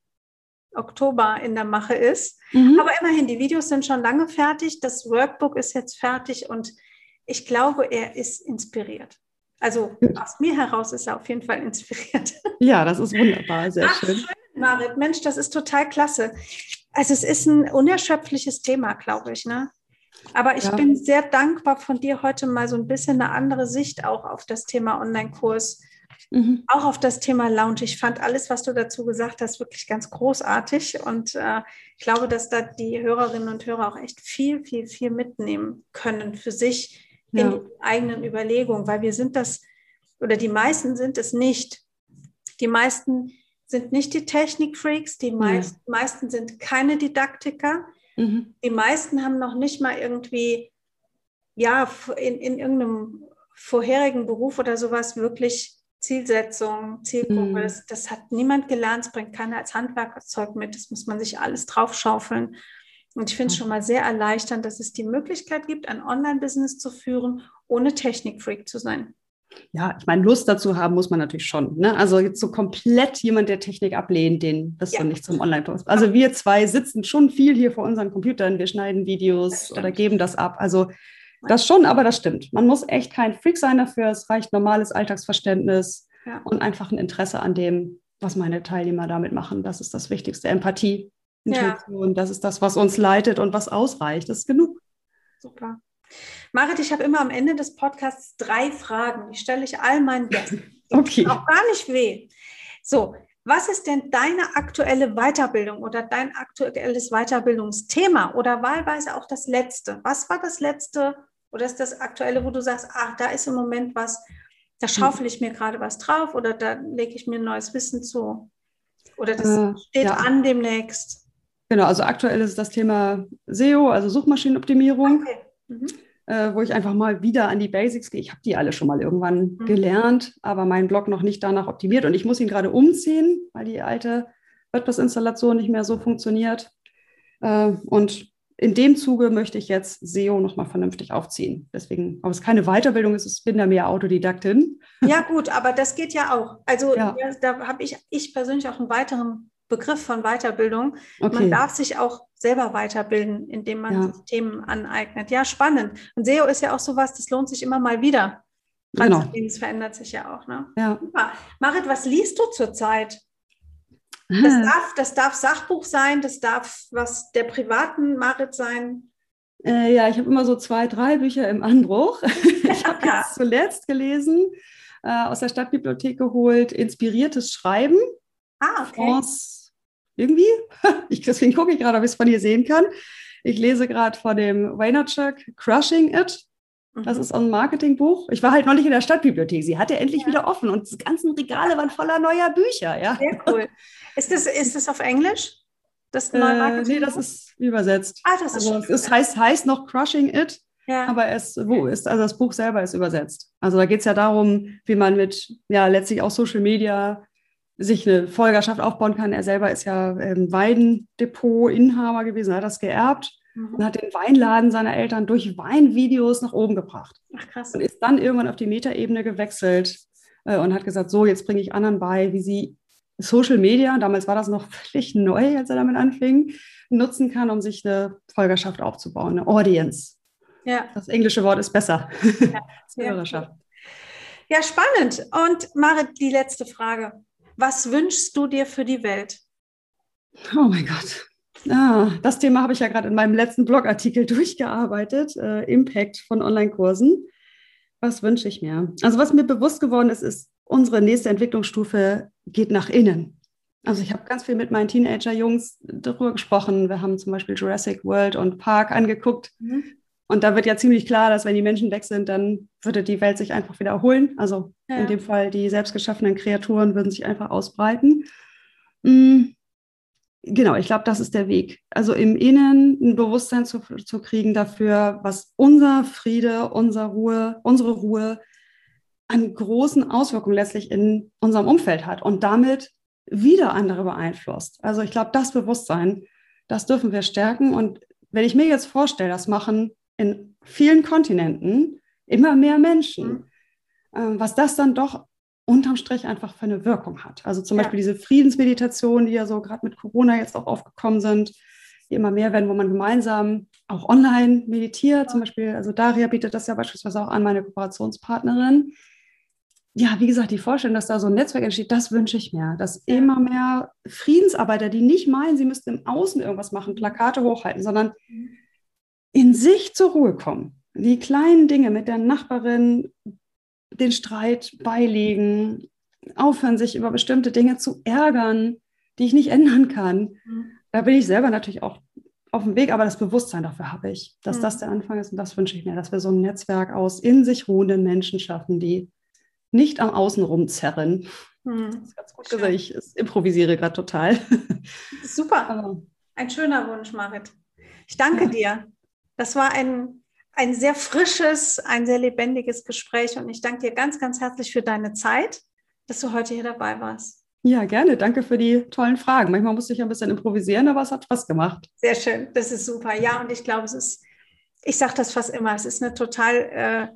Speaker 1: Oktober in der Mache ist.
Speaker 2: Mhm.
Speaker 1: Aber immerhin, die Videos sind schon lange fertig. Das Workbook ist jetzt fertig und ich glaube, er ist inspiriert. Also
Speaker 2: Gut.
Speaker 1: aus mir heraus ist er auf jeden Fall inspiriert.
Speaker 2: Ja, das ist wunderbar, sehr
Speaker 1: Ach,
Speaker 2: schön.
Speaker 1: schön, Marit. Mensch, das ist total klasse. Also es ist ein unerschöpfliches Thema, glaube ich, ne? Aber ich
Speaker 2: Ja.
Speaker 1: bin sehr dankbar von dir heute mal so ein bisschen eine andere Sicht auch auf das Thema Online-Kurs,
Speaker 2: Mhm.
Speaker 1: auch auf das Thema Lounge. Ich fand alles, was du dazu gesagt hast, wirklich ganz großartig und äh, ich glaube, dass da die Hörerinnen und Hörer auch echt viel, viel, viel mitnehmen können für sich in
Speaker 2: Ja.
Speaker 1: die eigenen Überlegungen, weil wir sind das, oder die meisten sind es nicht. Die meisten sind nicht die Technikfreaks, die meisten,
Speaker 2: Ja.
Speaker 1: meisten sind keine Didaktiker.
Speaker 2: Mhm.
Speaker 1: Die meisten haben noch nicht mal irgendwie, ja, in, in irgendeinem vorherigen Beruf oder sowas wirklich Zielsetzung, Zielgruppe.
Speaker 2: Mhm.
Speaker 1: Das, das hat niemand gelernt, es bringt keiner als Handwerkszeug mit. Das muss man sich alles draufschaufeln. Und ich finde es schon mal sehr erleichternd, dass es die Möglichkeit gibt, ein Online-Business zu führen, ohne Technikfreak zu sein.
Speaker 2: Ja, ich meine, Lust dazu haben muss man natürlich schon. Ne? Also jetzt so komplett jemand, der Technik ablehnt, den bist
Speaker 1: Ja.
Speaker 2: du nicht zum Online-Kurs. Also wir zwei sitzen schon viel hier vor unseren Computern, wir schneiden Videos oder geben das ab. Also das schon, aber das stimmt. Man muss echt kein Freak sein dafür. Es reicht normales Alltagsverständnis
Speaker 1: Ja.
Speaker 2: und einfach ein Interesse an dem, was meine Teilnehmer damit machen. Das ist das Wichtigste. Empathie, Intuition, ja. Das ist das, was uns leitet und was ausreicht. Das ist genug.
Speaker 1: Super. Marit, ich habe immer am Ende des Podcasts drei Fragen. Die stelle ich all meinen Gästen.
Speaker 2: Okay.
Speaker 1: Auch gar nicht weh. So, was ist denn deine aktuelle Weiterbildung oder dein aktuelles Weiterbildungsthema oder wahlweise auch das letzte? Was war das letzte oder ist das aktuelle, wo du sagst, ach, da ist im Moment was, da schaufel ich mir gerade was drauf oder da lege ich mir neues Wissen zu? Oder das
Speaker 2: äh,
Speaker 1: steht
Speaker 2: ja.
Speaker 1: an demnächst?
Speaker 2: Genau, also aktuell ist das Thema S E O, also Suchmaschinenoptimierung.
Speaker 1: Okay. Mhm.
Speaker 2: äh, wo ich einfach mal wieder an die Basics gehe. Ich habe die alle schon mal irgendwann mhm. gelernt, aber meinen Blog noch nicht danach optimiert. Und ich muss ihn gerade umziehen, weil die alte WordPress-Installation nicht mehr so funktioniert. Äh, und in dem Zuge möchte ich jetzt S E O nochmal vernünftig aufziehen. Deswegen, ob es keine Weiterbildung ist, ich bin da mehr Autodidaktin.
Speaker 1: Ja gut, aber das geht ja auch. Also
Speaker 2: ja.
Speaker 1: Ja, da habe ich, ich persönlich auch einen weiteren Begriff von Weiterbildung.
Speaker 2: Okay.
Speaker 1: Man darf sich auch selber weiterbilden, indem man
Speaker 2: ja.
Speaker 1: sich Themen aneignet. Ja, spannend. Und S E O ist ja auch sowas, das lohnt sich immer mal wieder.
Speaker 2: Genau.
Speaker 1: Es verändert sich ja auch. Ne?
Speaker 2: Ja.
Speaker 1: Super. Marit, was liest du zurzeit? Das darf, das darf Sachbuch sein, das darf was der privaten Marit sein.
Speaker 2: Äh, ja, ich habe immer so zwei, drei Bücher im Anbruch. Ich habe jetzt zuletzt gelesen, äh, aus der Stadtbibliothek geholt, Inspiriertes Schreiben.
Speaker 1: Ah, okay.
Speaker 2: France, irgendwie. Ich, deswegen gucke ich gerade, ob ich es von hier sehen kann. Ich lese gerade von dem Vaynerchuk Crushing It. Das ist ein Marketingbuch. Ich war halt neulich in der Stadtbibliothek. Sie hatte endlich ja. wieder offen und die ganzen Regale waren voller neuer Bücher. Ja.
Speaker 1: Sehr cool. Ist das, ist das auf Englisch? Das
Speaker 2: äh, nee, das ist übersetzt.
Speaker 1: Ah, das ist
Speaker 2: also, es heißt, heißt noch Crushing It, ja. aber es wo ist, also das Buch selber ist übersetzt. Also da geht es ja darum, wie man mit ja letztlich auch Social Media sich eine Folgerschaft aufbauen kann. Er selber ist ja ähm, Weindepot-Inhaber gewesen, hat das geerbt. Und hat den Weinladen seiner Eltern durch Weinvideos nach oben gebracht.
Speaker 1: Ach, krass.
Speaker 2: Und ist dann irgendwann auf die Metaebene gewechselt äh, und hat gesagt, so, jetzt bringe ich anderen bei, wie sie Social Media, damals war das noch völlig neu, als er damit anfing, nutzen kann, um sich eine Folgerschaft aufzubauen, eine Audience.
Speaker 1: Ja.
Speaker 2: Das englische Wort ist besser.
Speaker 1: Ja, Hörerschaft. Ja, spannend. Und Marit, die letzte Frage. Was wünschst du dir für die Welt?
Speaker 2: Oh mein Gott. Ah, das Thema habe ich ja gerade in meinem letzten Blogartikel durchgearbeitet, äh, Impact von Online-Kursen. Was wünsche ich mir? Also was mir bewusst geworden ist, ist, unsere nächste Entwicklungsstufe geht nach innen. Also ich habe ganz viel mit meinen Teenager-Jungs darüber gesprochen. Wir haben zum Beispiel Jurassic World und Park angeguckt. Mhm. Und da wird ja ziemlich klar, dass wenn die Menschen weg sind, dann würde die Welt sich einfach wieder erholen. Also ja. in dem Fall die selbstgeschaffenen Kreaturen würden sich einfach ausbreiten. Mhm. Genau, ich glaube, das ist der Weg. Also im Innen ein Bewusstsein zu, zu kriegen dafür, was unser Friede, unsere Ruhe, unsere Ruhe an großen Auswirkungen letztlich in unserem Umfeld hat und damit wieder andere beeinflusst. Also ich glaube, das Bewusstsein, das dürfen wir stärken. Und wenn ich mir jetzt vorstelle, das machen in vielen Kontinenten immer mehr Menschen, mhm. was das dann doch unterm Strich einfach für eine Wirkung hat. Also zum ja. Beispiel diese Friedensmeditationen, die ja so gerade mit Corona jetzt auch aufgekommen sind, die immer mehr werden, wo man gemeinsam auch online meditiert, ja. zum Beispiel, also Daria bietet das ja beispielsweise auch an, meine Kooperationspartnerin. Ja, wie gesagt, die Vorstellung, dass da so ein Netzwerk entsteht, das wünsche ich mir, dass ja. immer mehr Friedensarbeiter, die nicht meinen, sie müssten im Außen irgendwas machen, Plakate hochhalten, sondern in sich zur Ruhe kommen. Die kleinen Dinge mit der Nachbarin, den Streit beilegen, aufhören, sich über bestimmte Dinge zu ärgern, die ich nicht ändern kann. Mhm. Da bin ich selber natürlich auch auf dem Weg, aber das Bewusstsein dafür habe ich, dass mhm. das der Anfang ist und das wünsche ich mir, dass wir so ein Netzwerk aus in sich ruhenden Menschen schaffen, die nicht am Außen rumzerren. Mhm. Das ist ganz gut gesagt, ich improvisiere gerade total.
Speaker 1: Super, aber ein schöner Wunsch, Marit. Ich danke ja. dir. Das war ein Ein sehr frisches, ein sehr lebendiges Gespräch und ich danke dir ganz, ganz herzlich für deine Zeit, dass du heute hier dabei warst.
Speaker 2: Ja, gerne. Danke für die tollen Fragen. Manchmal musste ich ein bisschen improvisieren, aber es hat Spaß gemacht.
Speaker 1: Sehr schön, das ist super. Ja, und ich glaube, es ist, ich sage das fast immer, es ist eine total äh,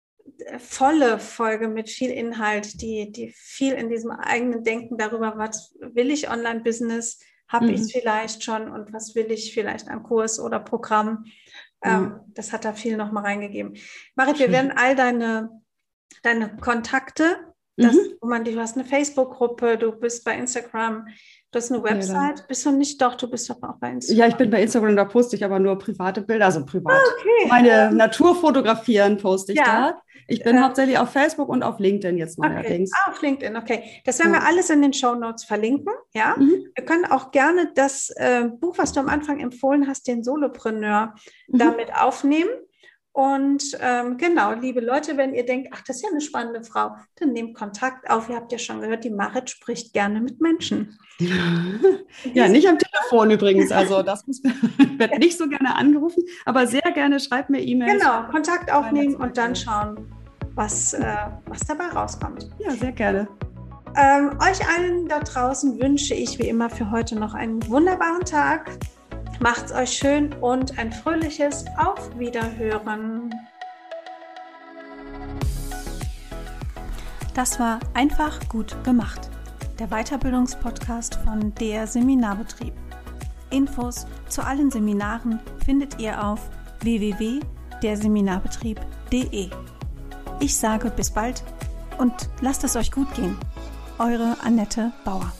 Speaker 1: volle Folge mit viel Inhalt, die, die viel in diesem eigenen Denken darüber, was will ich Online-Business, habe mhm. ich es vielleicht schon und was will ich vielleicht an Kurs oder Programm. Ähm, das hat da viel nochmal reingegeben. Marit, wir werden all deine, deine Kontakte, das, mhm. wo man, du hast eine Facebook-Gruppe, du bist bei Instagram, du hast eine Website, ja, bist du nicht? Doch, du bist doch auch bei Instagram.
Speaker 2: Ja, ich bin bei Instagram, da poste ich aber nur private Bilder, also privat.
Speaker 1: Ah, okay.
Speaker 2: Meine ähm, Naturfotografieren poste ich ja. da. Ich bin äh, hauptsächlich auf Facebook und auf LinkedIn jetzt neuerdings.
Speaker 1: Okay. Ah, auf LinkedIn, okay. Das werden ja. wir alles in den Shownotes verlinken, ja. Mhm. Wir können auch gerne das äh, Buch, was du am Anfang empfohlen hast, den Solopreneur, mhm. damit aufnehmen. Und ähm, genau, liebe Leute, wenn ihr denkt, ach, das ist ja eine spannende Frau, dann nehmt Kontakt auf. Ihr habt ja schon gehört, die Marit spricht gerne mit Menschen.
Speaker 2: Ja, nicht am Telefon übrigens. Also das muss, wird nicht so gerne angerufen, aber sehr gerne schreibt mir E-Mails.
Speaker 1: Genau, Kontakt aufnehmen und dann schauen, was, äh, was dabei rauskommt.
Speaker 2: Ja, sehr gerne.
Speaker 1: Ähm, euch allen da draußen wünsche ich wie immer für heute noch einen wunderbaren Tag. Macht's euch schön und ein fröhliches Auf Wiederhören. Das war einfach gut gemacht. Der Weiterbildungspodcast von der Seminarbetrieb. Infos zu allen Seminaren findet ihr auf w w w punkt der seminarbetrieb punkt de. Ich sage bis bald und lasst es euch gut gehen. Eure Annette Bauer.